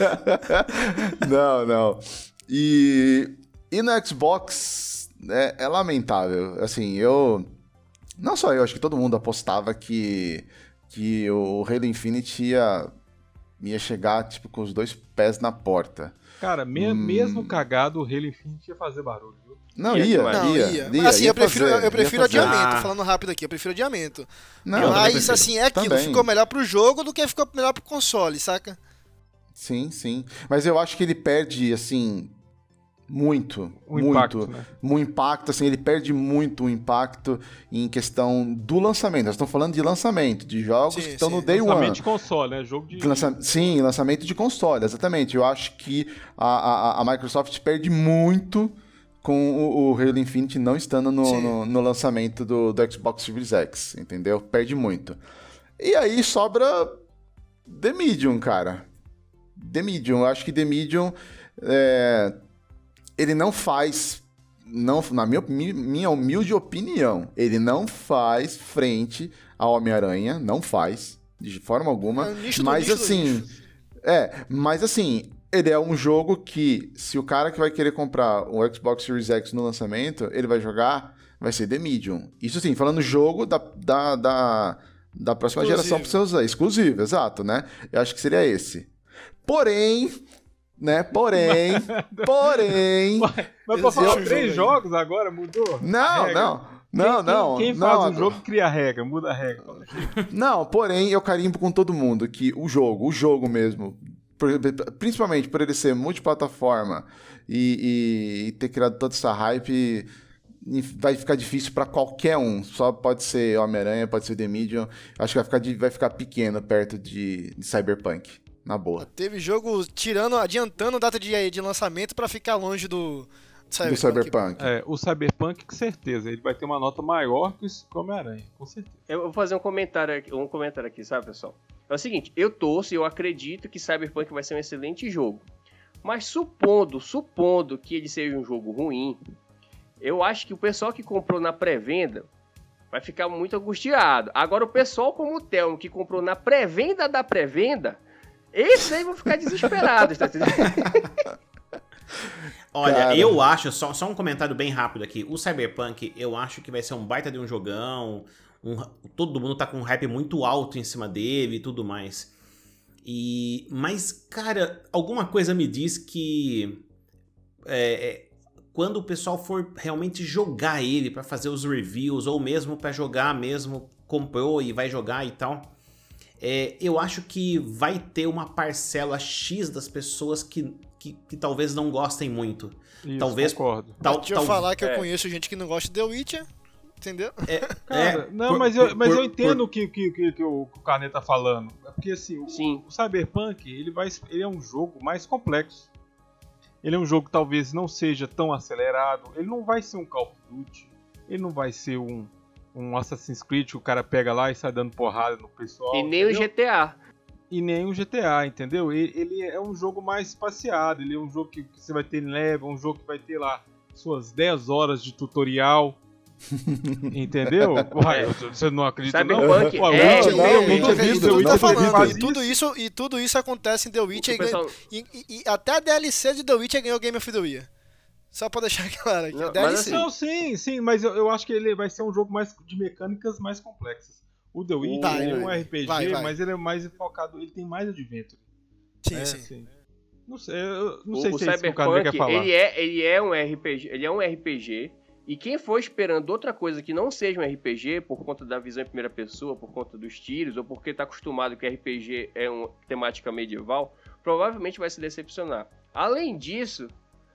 Não. E no Xbox é lamentável. Assim, não só eu, acho que todo mundo apostava que o Halo Infinite ia chegar tipo, com os 2 pés na porta.
Cara, mesmo cagado, o Halo Infinite ia fazer barulho.
Não, ia.
Assim, eu prefiro
fazer.
adiamento, falando rápido aqui, eu prefiro adiamento.
Não,
mas assim, é aquilo,
também.
ficou melhor pro jogo do que ficou melhor pro console, saca?
Sim. Mas eu acho que ele perde, assim, muito.
Impacto, né?
Um impacto, assim, ele perde muito o impacto em questão do lançamento. Nós estamos falando de lançamento, de jogos que estão no Day One.
Lançamento de console, né? Jogo de...
Sim, lançamento de console, exatamente. Eu acho que a Microsoft perde muito com o Halo Infinite não estando no lançamento do Xbox Series X, entendeu? Perde muito. E aí sobra The Medium, cara. The Medium, eu acho que The Medium ele não faz, na minha humilde opinião, ele não faz frente ao Homem-Aranha, não faz, de forma alguma, mas assim, ele é um jogo que, se o cara que vai querer comprar o Xbox Series X no lançamento, ele vai jogar, vai ser The Medium. Isso sim, falando jogo da próxima geração para você usar. Exclusivo, exato, né? Eu acho que seria esse. Porém, né? Porém...
Mas pra falar 3 jogos agora, mudou?
Não.
Quem faz um jogo cria a regra, muda a regra.
Não, porém, eu carimbo com todo mundo que o jogo mesmo, principalmente por ele ser multiplataforma e ter criado toda essa hype, vai ficar difícil pra qualquer um. Só pode ser Homem-Aranha, pode ser The Medium. Acho que vai ficar pequeno perto de Cyberpunk, na boa.
Teve jogo adiantando a data de lançamento pra ficar longe do
Cyberpunk.
O Cyberpunk, com certeza, ele vai ter uma nota maior que o Homem-Aranha, com certeza.
Eu vou fazer um comentário aqui, sabe, pessoal? É o seguinte, eu torço e eu acredito que Cyberpunk vai ser um excelente jogo. Mas supondo que ele seja um jogo ruim, eu acho que o pessoal que comprou na pré-venda vai ficar muito angustiado. Agora, o pessoal como o Thelmo, que comprou na pré-venda da pré-venda, esses aí vão ficar desesperados, tá entendendo?
Olha,
Cara.
eu acho, só um comentário bem rápido aqui. O Cyberpunk, eu acho que vai ser um baita de um jogão. Todo mundo tá com um hype muito alto em cima dele e tudo mais. Mas, cara, alguma coisa me diz que quando o pessoal for realmente jogar ele pra fazer os reviews, ou mesmo pra jogar mesmo, comprou e vai jogar e tal, eu acho que vai ter uma parcela X das pessoas que talvez não gostem muito.
Isso,
talvez
concordo.
Deixa eu falar que eu conheço gente que não gosta de The Witcher, entendeu?
Cara, mas eu entendo o que o Carnet tá falando. É porque assim, o Cyberpunk, ele é um jogo mais complexo. Ele é um jogo que talvez não seja tão acelerado. Ele não vai ser um Call of Duty. Ele não vai ser um Assassin's Creed que o cara pega lá e sai dando porrada no pessoal.
E nem o GTA.
E nem o GTA, entendeu? Ele é um jogo mais espaciado. Ele é um jogo que você vai ter level, um jogo que vai ter lá suas 10 horas de tutorial. Entendeu? Uai, você não acredita
Cyberpunk
não?
E tudo isso acontece em The Witcher
pessoal...
e até a DLC de The Witcher ganhou Game of the Year. Só pra deixar claro aqui.
Não, sim, mas eu acho que ele vai ser um jogo mais de mecânicas mais complexas. O The Witcher é um RPG, mas ele é mais focado, ele tem mais adventure.
Sim.
Não sei, se é isso que o
cara
quer falar.
Ele é um RPG, e quem for esperando outra coisa que não seja um RPG, por conta da visão em primeira pessoa, por conta dos tiros, ou porque está acostumado que RPG é uma temática medieval, provavelmente vai se decepcionar. Além disso,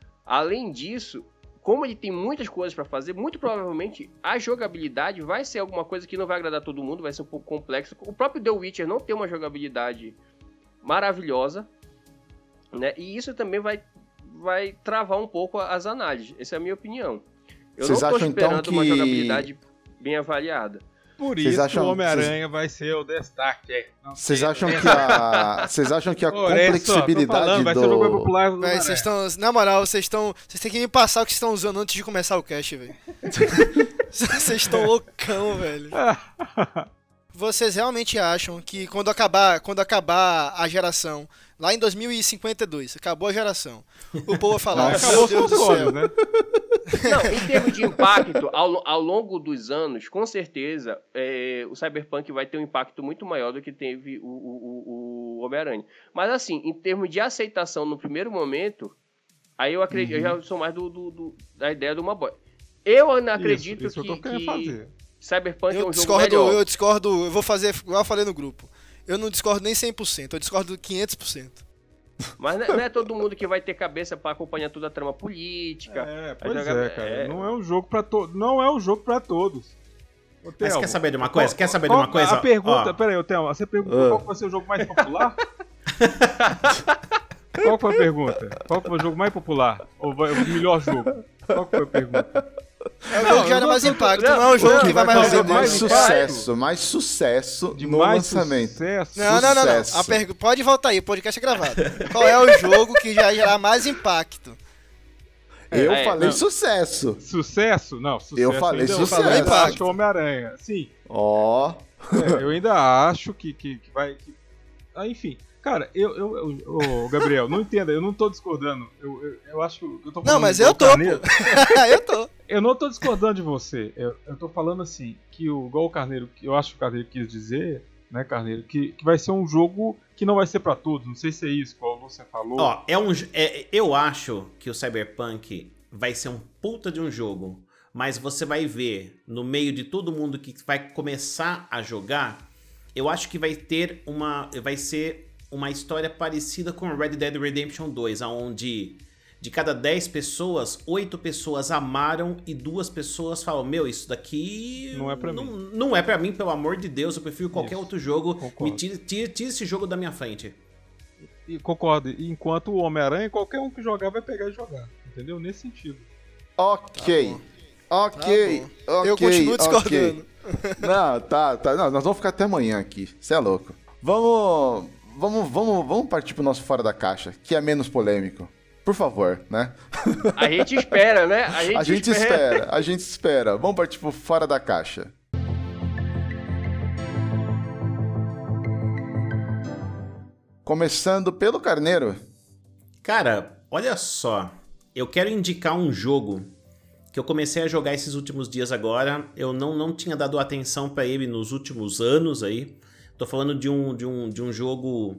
como ele tem muitas coisas para fazer, muito provavelmente a jogabilidade vai ser alguma coisa que não vai agradar todo mundo, vai ser um pouco complexo. O próprio The Witcher não tem uma jogabilidade maravilhosa, né? E isso também vai travar um pouco as análises. Essa é a minha opinião. Eu não estou esperando uma jogabilidade bem avaliada.
Por isso que o Homem-Aranha vai ser o destaque.
Vocês acham que a complexibilidade
vai ser o jogo popular do
véio, vocês estão, na moral, vocês têm que me passar o que vocês estão usando antes de começar o cast, velho. Vocês estão loucão, velho. Vocês realmente acham que quando acabar a geração, lá em 2052, acabou a geração, o povo vai falar, meu Deus do céu,
né?
Não, em termos de impacto, ao longo dos anos, com certeza, o Cyberpunk vai ter um impacto muito maior do que teve o Homem-Aranha. Mas assim, em termos de aceitação no primeiro momento, aí eu acredito, eu já sou mais da ideia do uma boy. Eu ainda acredito
isso
que
eu tô querendo fazer.
Cyberpunk é um jogo melhor.
Eu discordo, eu vou fazer igual eu falei no grupo. Eu não discordo nem 100%, eu discordo 500%.
Mas não é todo mundo que vai ter cabeça pra acompanhar toda a trama política.
Cara. Não é um jogo pra todos. Não é um jogo pra todos.
Mas quer saber de uma coisa?
A pergunta, peraí, Thelma, você perguntou qual vai ser o jogo mais popular? Qual foi a pergunta? Qual foi o jogo mais popular? Ou o melhor jogo? Qual foi a pergunta?
É o jogo que gera mais impacto, não é o jogo que vai mais vender.
Mais sucesso
de
no
mais
lançamento.
Sucesso.
Não. Pode voltar aí, o podcast é gravado. Qual é o jogo que já gerar mais impacto?
Eu falei sucesso.
Sucesso? Não, sucesso.
Eu falei sucesso.
Eu ainda acho que é o Homem-Aranha. Sim. Eu ainda acho que vai... enfim. Cara, Gabriel, não entenda, eu não tô discordando. Eu acho que eu tô falando.
Não, mas eu tô, pô. Eu tô.
Eu não tô discordando de você. Eu tô falando assim, que igual o Carneiro, eu acho que o Carneiro quis dizer, né, Carneiro, que vai ser um jogo que não vai ser pra todos. Não sei se é isso, qual você falou.
Ó, eu acho que o Cyberpunk vai ser um puta de um jogo, mas você vai ver no meio de todo mundo que vai começar a jogar, eu acho que vai ser uma história parecida com Red Dead Redemption 2, onde de cada 10 pessoas, 8 pessoas amaram e 2 pessoas falam, meu, isso daqui
não é pra mim.
Não é pra mim, pelo amor de Deus, eu prefiro qualquer outro jogo.
Concordo.
Me tire esse jogo da minha frente.
E concordo. Enquanto o Homem-Aranha, qualquer um que jogar vai pegar e jogar. Entendeu? Nesse sentido.
Ok.
Tá bom. Eu continuo discordando.
Não, tá. Não, nós vamos ficar até amanhã aqui. Você é louco. Vamos partir pro nosso Fora da Caixa, que é menos polêmico. Por favor, né?
A gente espera, né?
A gente espera. Vamos partir pro Fora da Caixa. Começando pelo Carneiro.
Cara, olha só. Eu quero indicar um jogo que eu comecei a jogar esses últimos dias agora. Eu não tinha dado atenção pra ele nos últimos anos aí. Tô falando de um jogo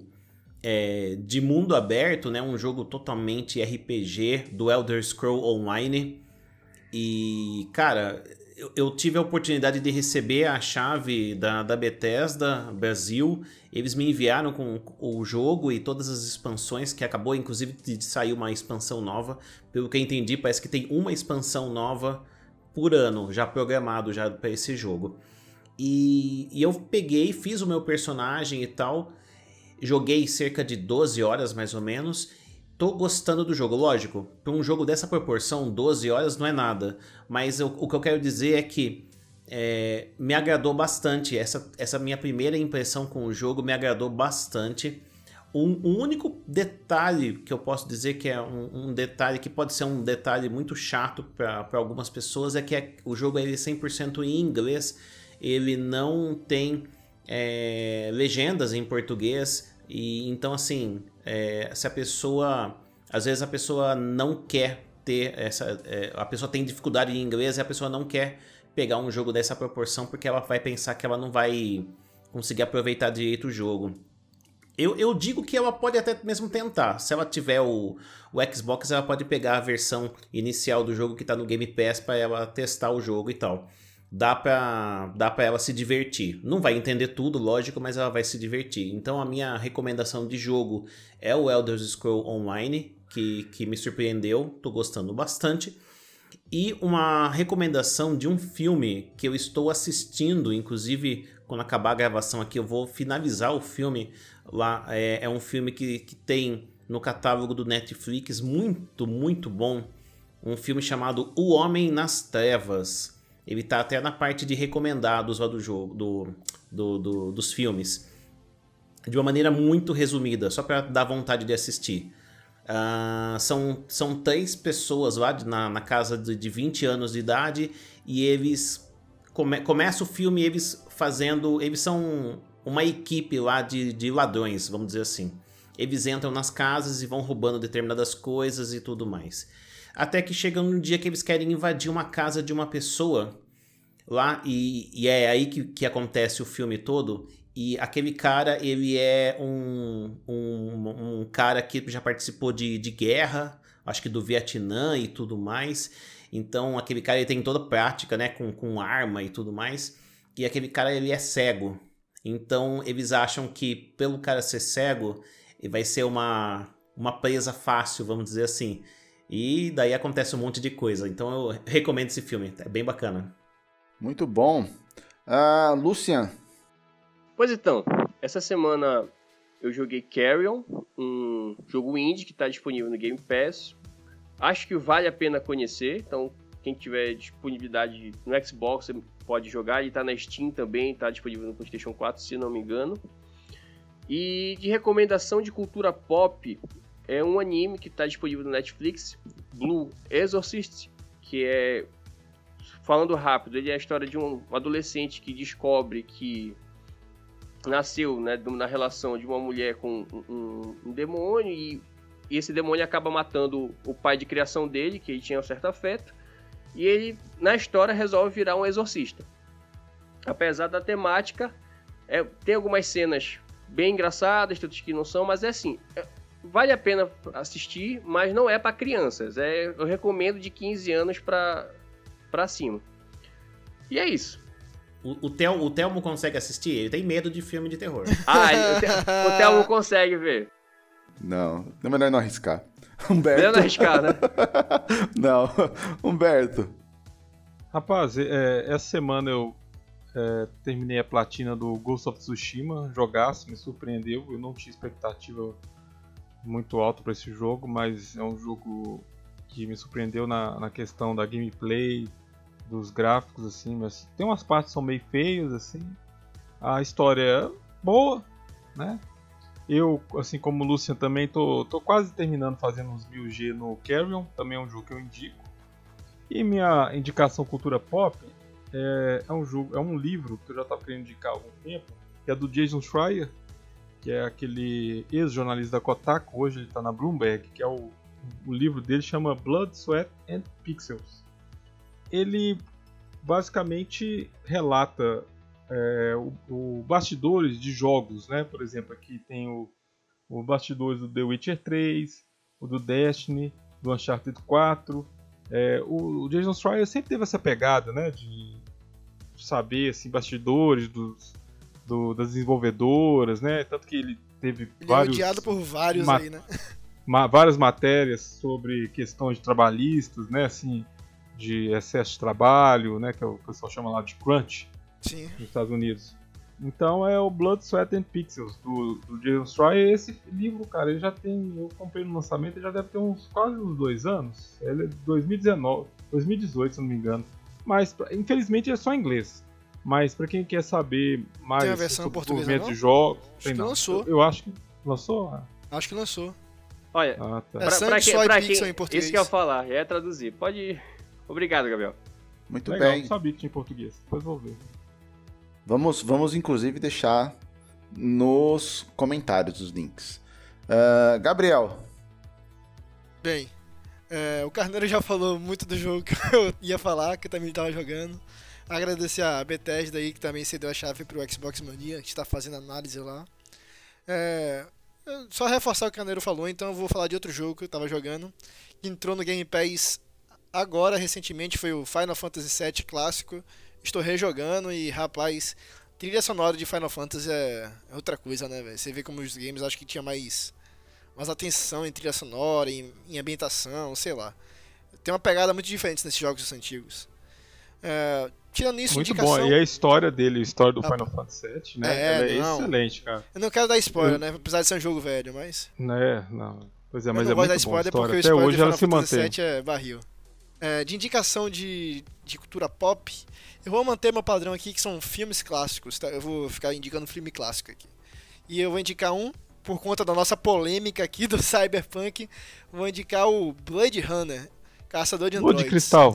de mundo aberto, né? Um jogo totalmente RPG do Elder Scrolls Online. E, cara, eu tive a oportunidade de receber a chave da Bethesda Brasil. Eles me enviaram com o jogo e todas as expansões, que acabou inclusive de sair uma expansão nova. Pelo que eu entendi, parece que tem uma expansão nova por ano, já programado já para esse jogo. E eu peguei, fiz o meu personagem e tal, joguei cerca de 12 horas mais ou menos. Tô gostando do jogo, lógico, para um jogo dessa proporção, 12 horas não é nada. Mas o que eu quero dizer é que me agradou bastante. Essa minha primeira impressão com o jogo me agradou bastante. Um único detalhe que eu posso dizer que é um detalhe que pode ser um detalhe muito chato para algumas pessoas é que o jogo é 100% em inglês. Ele não tem legendas em português. E então, assim, se a pessoa... Às vezes a pessoa não quer ter a pessoa tem dificuldade em inglês e a pessoa não quer pegar um jogo dessa proporção porque ela vai pensar que ela não vai conseguir aproveitar direito o jogo. Eu digo que ela pode até mesmo tentar. Se ela tiver o Xbox, ela pode pegar a versão inicial do jogo que está no Game Pass para ela testar o jogo e tal. Dá pra ela se divertir. Não vai entender tudo, lógico, mas ela vai se divertir. Então a minha recomendação de jogo é o Elder Scrolls Online, que me surpreendeu, tô gostando bastante. E uma recomendação de um filme que eu estou assistindo, inclusive quando acabar a gravação aqui eu vou finalizar o filme lá. É um filme que tem no catálogo do Netflix, muito, muito bom. Um filme chamado O Homem nas Trevas. Ele tá até na parte de recomendados lá do jogo, dos filmes. De uma maneira muito resumida, só para dar vontade de assistir. São 3 pessoas lá na casa de 20 anos de idade. E eles... Começa o filme eles são uma equipe lá de ladrões, vamos dizer assim. Eles entram nas casas e vão roubando determinadas coisas e tudo mais. Até que chega um dia que eles querem invadir uma casa de uma pessoa lá, e é aí que acontece o filme todo. E aquele cara, ele é um cara que já participou de guerra, acho que do Vietnã e tudo mais. Então aquele cara ele tem toda a prática, né, com arma e tudo mais. E aquele cara ele é cego. Então eles acham que pelo cara ser cego, vai ser uma presa fácil, vamos dizer assim. E daí acontece um monte de coisa. Então eu recomendo esse filme, é bem bacana.
Muito bom. Lucian.
Pois então, essa semana eu joguei Carrion, um jogo indie que está disponível no Game Pass. Acho que vale a pena conhecer, então quem tiver disponibilidade no Xbox você pode jogar. Ele está na Steam também, está disponível no PlayStation 4, se não me engano. E de recomendação de cultura pop... É um anime que está disponível no Netflix, Blue Exorcist, que é, falando rápido, ele é a história de um adolescente que descobre que nasceu, né, na relação de uma mulher com um demônio, e esse demônio acaba matando o pai de criação dele, que ele tinha um certo afeto, e ele, na história, resolve virar um exorcista. Apesar da temática, tem algumas cenas bem engraçadas, outras que não são, mas é assim... vale a pena assistir, mas não é para crianças. Eu recomendo de 15 anos para cima. E é isso.
O Telmo consegue assistir? Ele tem medo de filme de terror.
O Telmo consegue ver.
Não, é melhor não arriscar. Humberto.
Melhor não arriscar, né?
Não, Humberto.
Rapaz, essa semana eu terminei a platina do Ghost of Tsushima. Jogaço, me surpreendeu. Eu não tinha expectativa muito alta para esse jogo, mas é um jogo que me surpreendeu na questão da gameplay, dos gráficos, assim, mas tem umas partes que são meio feias, assim. A história é boa, né? Eu, assim como o Lucian, também tô quase terminando fazendo uns 1000G no Carrion, também é um jogo que eu indico. E minha indicação cultura pop é um livro que eu já estava querendo indicar há algum tempo, que é do Jason Schreier, que é aquele ex-jornalista da Kotaku, hoje ele está na Bloomberg, que é o livro dele chama Blood, Sweat and Pixels. Ele basicamente relata o bastidores de jogos, né? Por exemplo, aqui tem o bastidores do The Witcher 3, o do Destiny, do Uncharted 4. O Jason Schreier sempre teve essa pegada, né? De saber assim, bastidores das desenvolvedoras, né? Tanto que ele teve vários...
Ele é odiado por vários aí, né?
Várias matérias sobre questões trabalhistas, né? Assim, de excesso de trabalho, né, que o pessoal chama lá de crunch.
Sim.
Nos Estados Unidos. Então é o Blood, Sweat and Pixels do Jason Schreier. Esse livro, cara, ele já tem, eu comprei no lançamento, ele já deve ter quase uns 2 anos. Ele é de 2018, se não me engano. Mas infelizmente é só em inglês. Mas pra quem quer saber mais
tem a versão
sobre
em português,
movimento
não?
de jogos,
acho que lançou.
Eu acho que lançou.
Acho que lançou.
Olha,
tá.
pra quem
em português.
isso que eu ia falar, é traduzir. Pode ir. Obrigado, Gabriel.
Muito
Legal,
bem.
Não sabia que tinha em português. Depois vou ver.
Vamos inclusive deixar nos comentários os links. Gabriel.
Bem, o Carneiro já falou muito do jogo que eu ia falar, que eu também estava jogando. Agradecer a Bethesda aí, que também cedeu a chave pro Xbox Mania, que está fazendo análise lá. Só reforçar o que o Carneiro falou, então eu vou falar de outro jogo que eu estava jogando, que entrou no Game Pass agora, recentemente, foi o Final Fantasy VII Clássico. Estou rejogando e, rapaz, trilha sonora de Final Fantasy é outra coisa, né, velho? Você vê como os games, acho que tinha mais atenção em trilha sonora, em ambientação, sei lá. Tem uma pegada muito diferente nesses jogos antigos. Tirando isso,
muito
indicação...
bom, e a história dele, a história do Final Fantasy VII, né? Ela é excelente, cara.
Eu não quero dar spoiler, né? Apesar de ser um jogo velho, mas...
Não. Pois é, mas
eu não
é
vou
muito
dar
bom
spoiler
a história.
porque o
Até
spoiler
hoje
de
ela
Final
se
Fantasy
mantém.
VII é barril. De indicação de cultura pop, eu vou manter meu padrão aqui, que são filmes clássicos, tá? Eu vou ficar indicando filme clássico aqui. E eu vou indicar por conta da nossa polêmica aqui do Cyberpunk, vou indicar o Blade Runner, Caçador de
Lua
Androids.
de Cristal.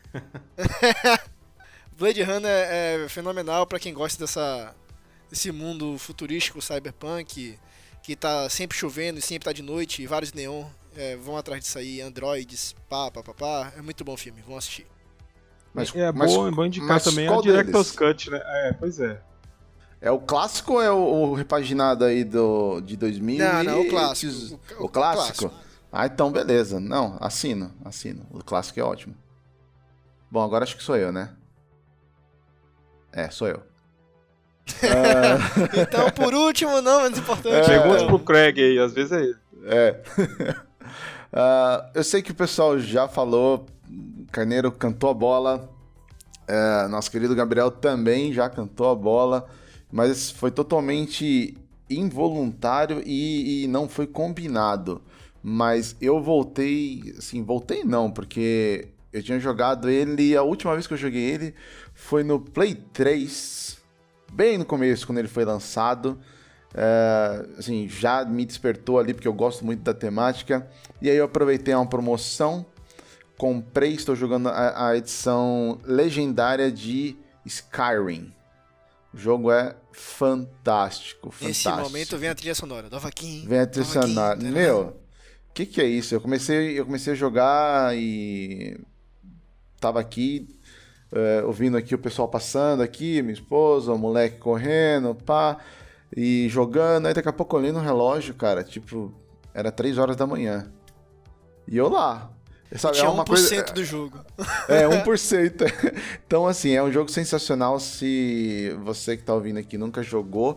Blade Runner é fenomenal pra quem gosta desse mundo futurístico, cyberpunk, que tá sempre chovendo e sempre tá de noite, e vários neon vão atrás disso aí, androids, pá. É muito bom filme, vão assistir.
Bom indicar também a Director's Cut, né? Pois é.
É o clássico ou é o repaginado aí de 2000?
Não, o clássico.
O clássico? Ah, então beleza. Não, assino. O clássico é ótimo. Bom, agora acho que sou eu, né? Sou eu.
Então, por último, não menos importante.
Pergunte pro Craig aí, às vezes é ele.
Eu sei que o pessoal já falou, Carneiro cantou a bola, nosso querido Gabriel também já cantou a bola, mas foi totalmente involuntário e não foi combinado. Mas eu voltei não, porque eu tinha jogado ele, a última vez que eu joguei ele foi no Play 3, bem no começo, quando ele foi lançado. Já me despertou ali, porque eu gosto muito da temática. E aí eu aproveitei uma promoção, comprei, estou jogando a edição legendária de Skyrim. O jogo é fantástico.
Nesse momento vem a trilha sonora, Nova King.
Vem a trilha sonora. Meu, o que é isso? Eu comecei a jogar e tava aqui, ouvindo aqui o pessoal passando aqui, minha esposa, o moleque correndo, pá, e jogando. Aí daqui a pouco eu olhei no relógio, cara, tipo, Era 3 horas da manhã. E eu lá. Sabe,
Tinha
é uma
1%
coisa...
do jogo.
É, 1%. Então, assim, é um jogo sensacional. Se você que tá ouvindo aqui nunca jogou,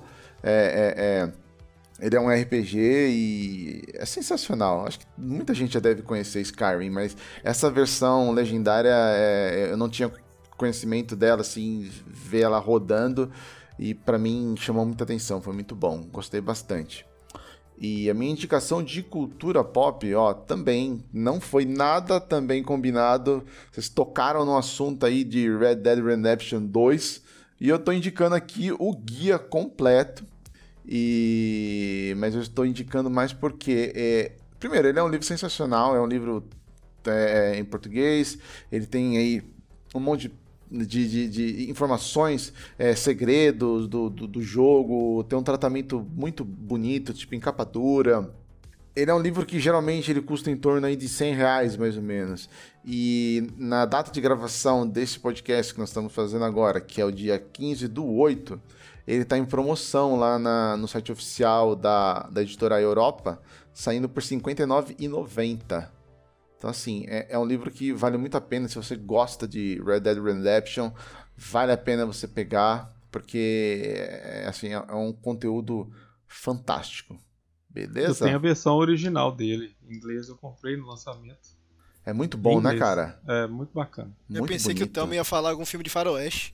ele é um RPG e é sensacional. Acho que muita gente já deve conhecer Skyrim, mas essa versão legendária, eu não tinha conhecimento dela, assim, ver ela rodando, e pra mim chamou muita atenção, foi muito bom, gostei bastante. E a minha indicação de cultura pop, ó, também não foi nada também combinado. Vocês tocaram no assunto aí de Red Dead Redemption 2 e eu tô indicando aqui o guia completo. Mas eu estou indicando mais porque, primeiro, ele é um livro sensacional, é um livro em português, ele tem aí um monte de informações, segredos do jogo, tem um tratamento muito bonito, tipo em capa dura. Ele é um livro que geralmente ele custa em torno aí de R$100, mais ou menos. E na data de gravação desse podcast que nós estamos fazendo agora, que é o dia 15/8, ele está em promoção lá no site oficial da editora Europa, saindo por R$59,90. Então, assim, é um livro que vale muito a pena. Se você gosta de Red Dead Redemption, vale a pena você pegar, porque assim, é um conteúdo fantástico. Beleza?
Eu tenho a versão original dele. Em inglês eu comprei no lançamento.
É muito bom, né, cara?
É, muito bacana.
Eu
Muito
pensei
bonito.
que o Thelma ia falar algum filme de faroeste.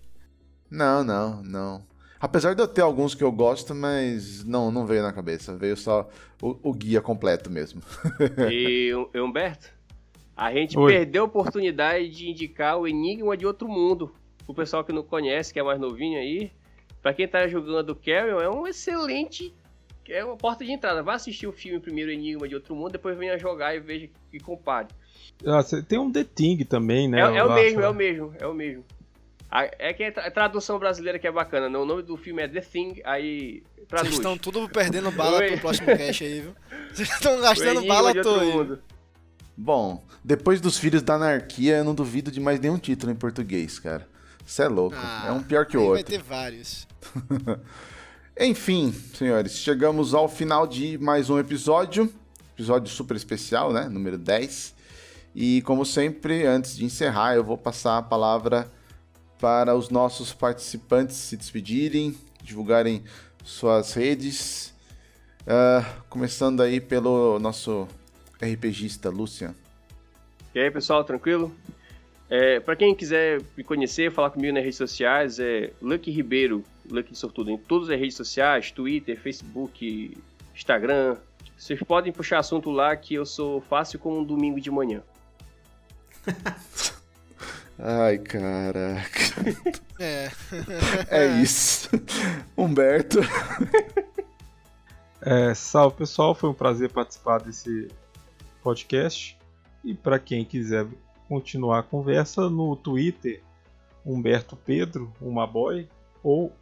Não. Apesar de eu ter alguns que eu gosto, mas não veio na cabeça. Veio só o guia completo mesmo.
E, Humberto, a gente
Oi.
perdeu a oportunidade de indicar o Enigma de Outro Mundo. O pessoal que não conhece, que é mais novinho aí. Pra quem tá jogando Carrion, é um excelente... É uma porta de entrada. Vá assistir o filme primeiro, Enigma de Outro Mundo, depois venha jogar e veja e compare.
Tem um The Thing também, né?
É o mesmo. É que a tradução brasileira que é bacana, né? O nome do filme é The Thing, aí traduz.
Vocês estão tudo perdendo bala
Oi.
pro próximo cast aí, viu? Vocês estão
O
gastando
Enigma
bala
de
à toa
Outro
aí.
Mundo.
Bom, depois dos Filhos da Anarquia, eu não duvido de mais nenhum título em português, cara. Você é louco. É um pior que o
aí
outro.
Vai ter vários.
Enfim, senhores, chegamos ao final de mais um episódio super especial, né, número 10, e como sempre, antes de encerrar, eu vou passar a palavra para os nossos participantes se despedirem, divulgarem suas redes, começando aí pelo nosso RPGista, Lucian.
E aí, pessoal, tranquilo? Pra quem quiser me conhecer, falar comigo nas redes sociais, é Lucky Ribeiro, Lucky Sortudo, em todas as redes sociais, Twitter, Facebook, Instagram. Vocês podem puxar assunto lá que eu sou fácil como um domingo de manhã.
Ai, caraca.
É
isso. Humberto.
Salve, pessoal. Foi um prazer participar desse podcast. E para quem quiser continuar a conversa, no Twitter, Humberto Pedro, uma boy, ou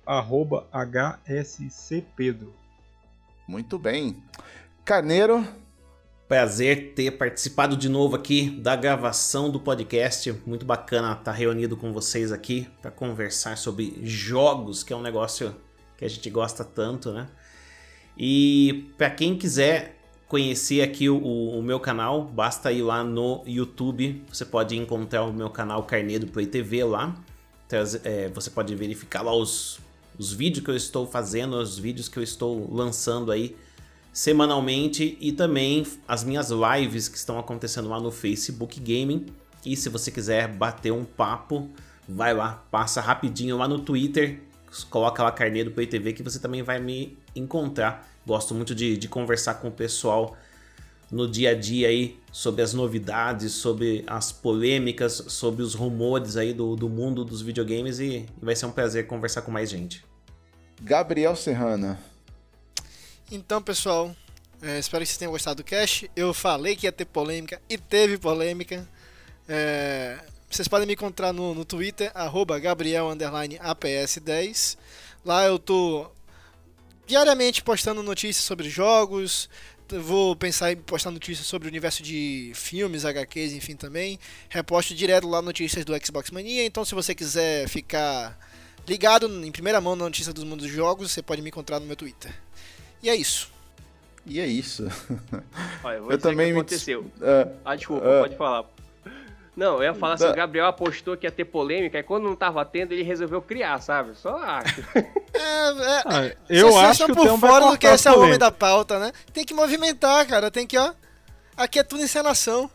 @HSCPedro.
Muito bem. Carneiro.
Prazer ter participado de novo aqui da gravação do podcast. Muito bacana estar reunido com vocês aqui para conversar sobre jogos, que é um negócio que a gente gosta tanto, né? E para quem quiser conhecer aqui o meu canal, basta ir lá no YouTube. Você pode encontrar o meu canal Carneiro Play TV lá. Você pode verificar lá os vídeos que eu estou fazendo, os vídeos que eu estou lançando aí semanalmente, e também as minhas lives que estão acontecendo lá no Facebook Gaming. E se você quiser bater um papo, vai lá, passa rapidinho lá no Twitter, coloca lá Carneiro Play TV que você também vai me encontrar. Gosto muito de conversar com o pessoal no dia a dia aí sobre as novidades, sobre as polêmicas, sobre os rumores aí do mundo dos videogames, e vai ser um prazer conversar com mais gente.
Gabriel Serrana.
Então, pessoal, espero que vocês tenham gostado do cast. Eu falei que ia ter polêmica e teve polêmica. Vocês podem me encontrar no Twitter, @Gabriel_APS10. Lá eu tô diariamente postando notícias sobre jogos. Vou pensar em postar notícias sobre o universo de filmes, HQs, enfim, também. Reposto direto lá notícias do Xbox Mania. Então, se você quiser ficar ligado em primeira mão na notícia dos mundos dos jogos, você pode me encontrar no meu Twitter. E é isso.
E é isso.
Olha, eu vou
Eu
dizer
também
o que
me
aconteceu.
Ah,
Desculpa, pode falar. Não, eu ia falar assim, o Gabriel apostou que ia ter polêmica, e quando não tava tendo, ele resolveu criar, sabe? Só acho.
Eu
Vocês
acho
estão
que o
por
Theo vai
fora do que
cortar
esse é o
polêmica.
homem da pauta, né? Tem que movimentar, cara. Tem que, ó. Aqui é tudo encenação.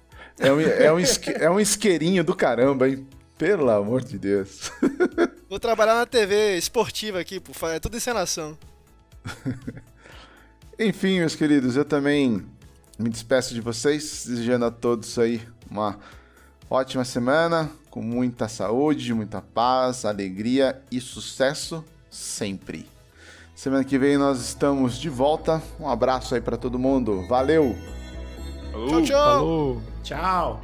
é um isqueirinho do caramba, hein? Pelo amor de Deus.
Vou trabalhar na TV esportiva aqui, pô. É tudo encenação.
Enfim, meus queridos, eu também me despeço de vocês, desejando a todos aí uma ótima semana, com muita saúde, muita paz, alegria e sucesso sempre. Semana que vem nós estamos de volta. Um abraço aí pra todo mundo. Valeu!
Tchau, tchau!
Falou!
Tchau!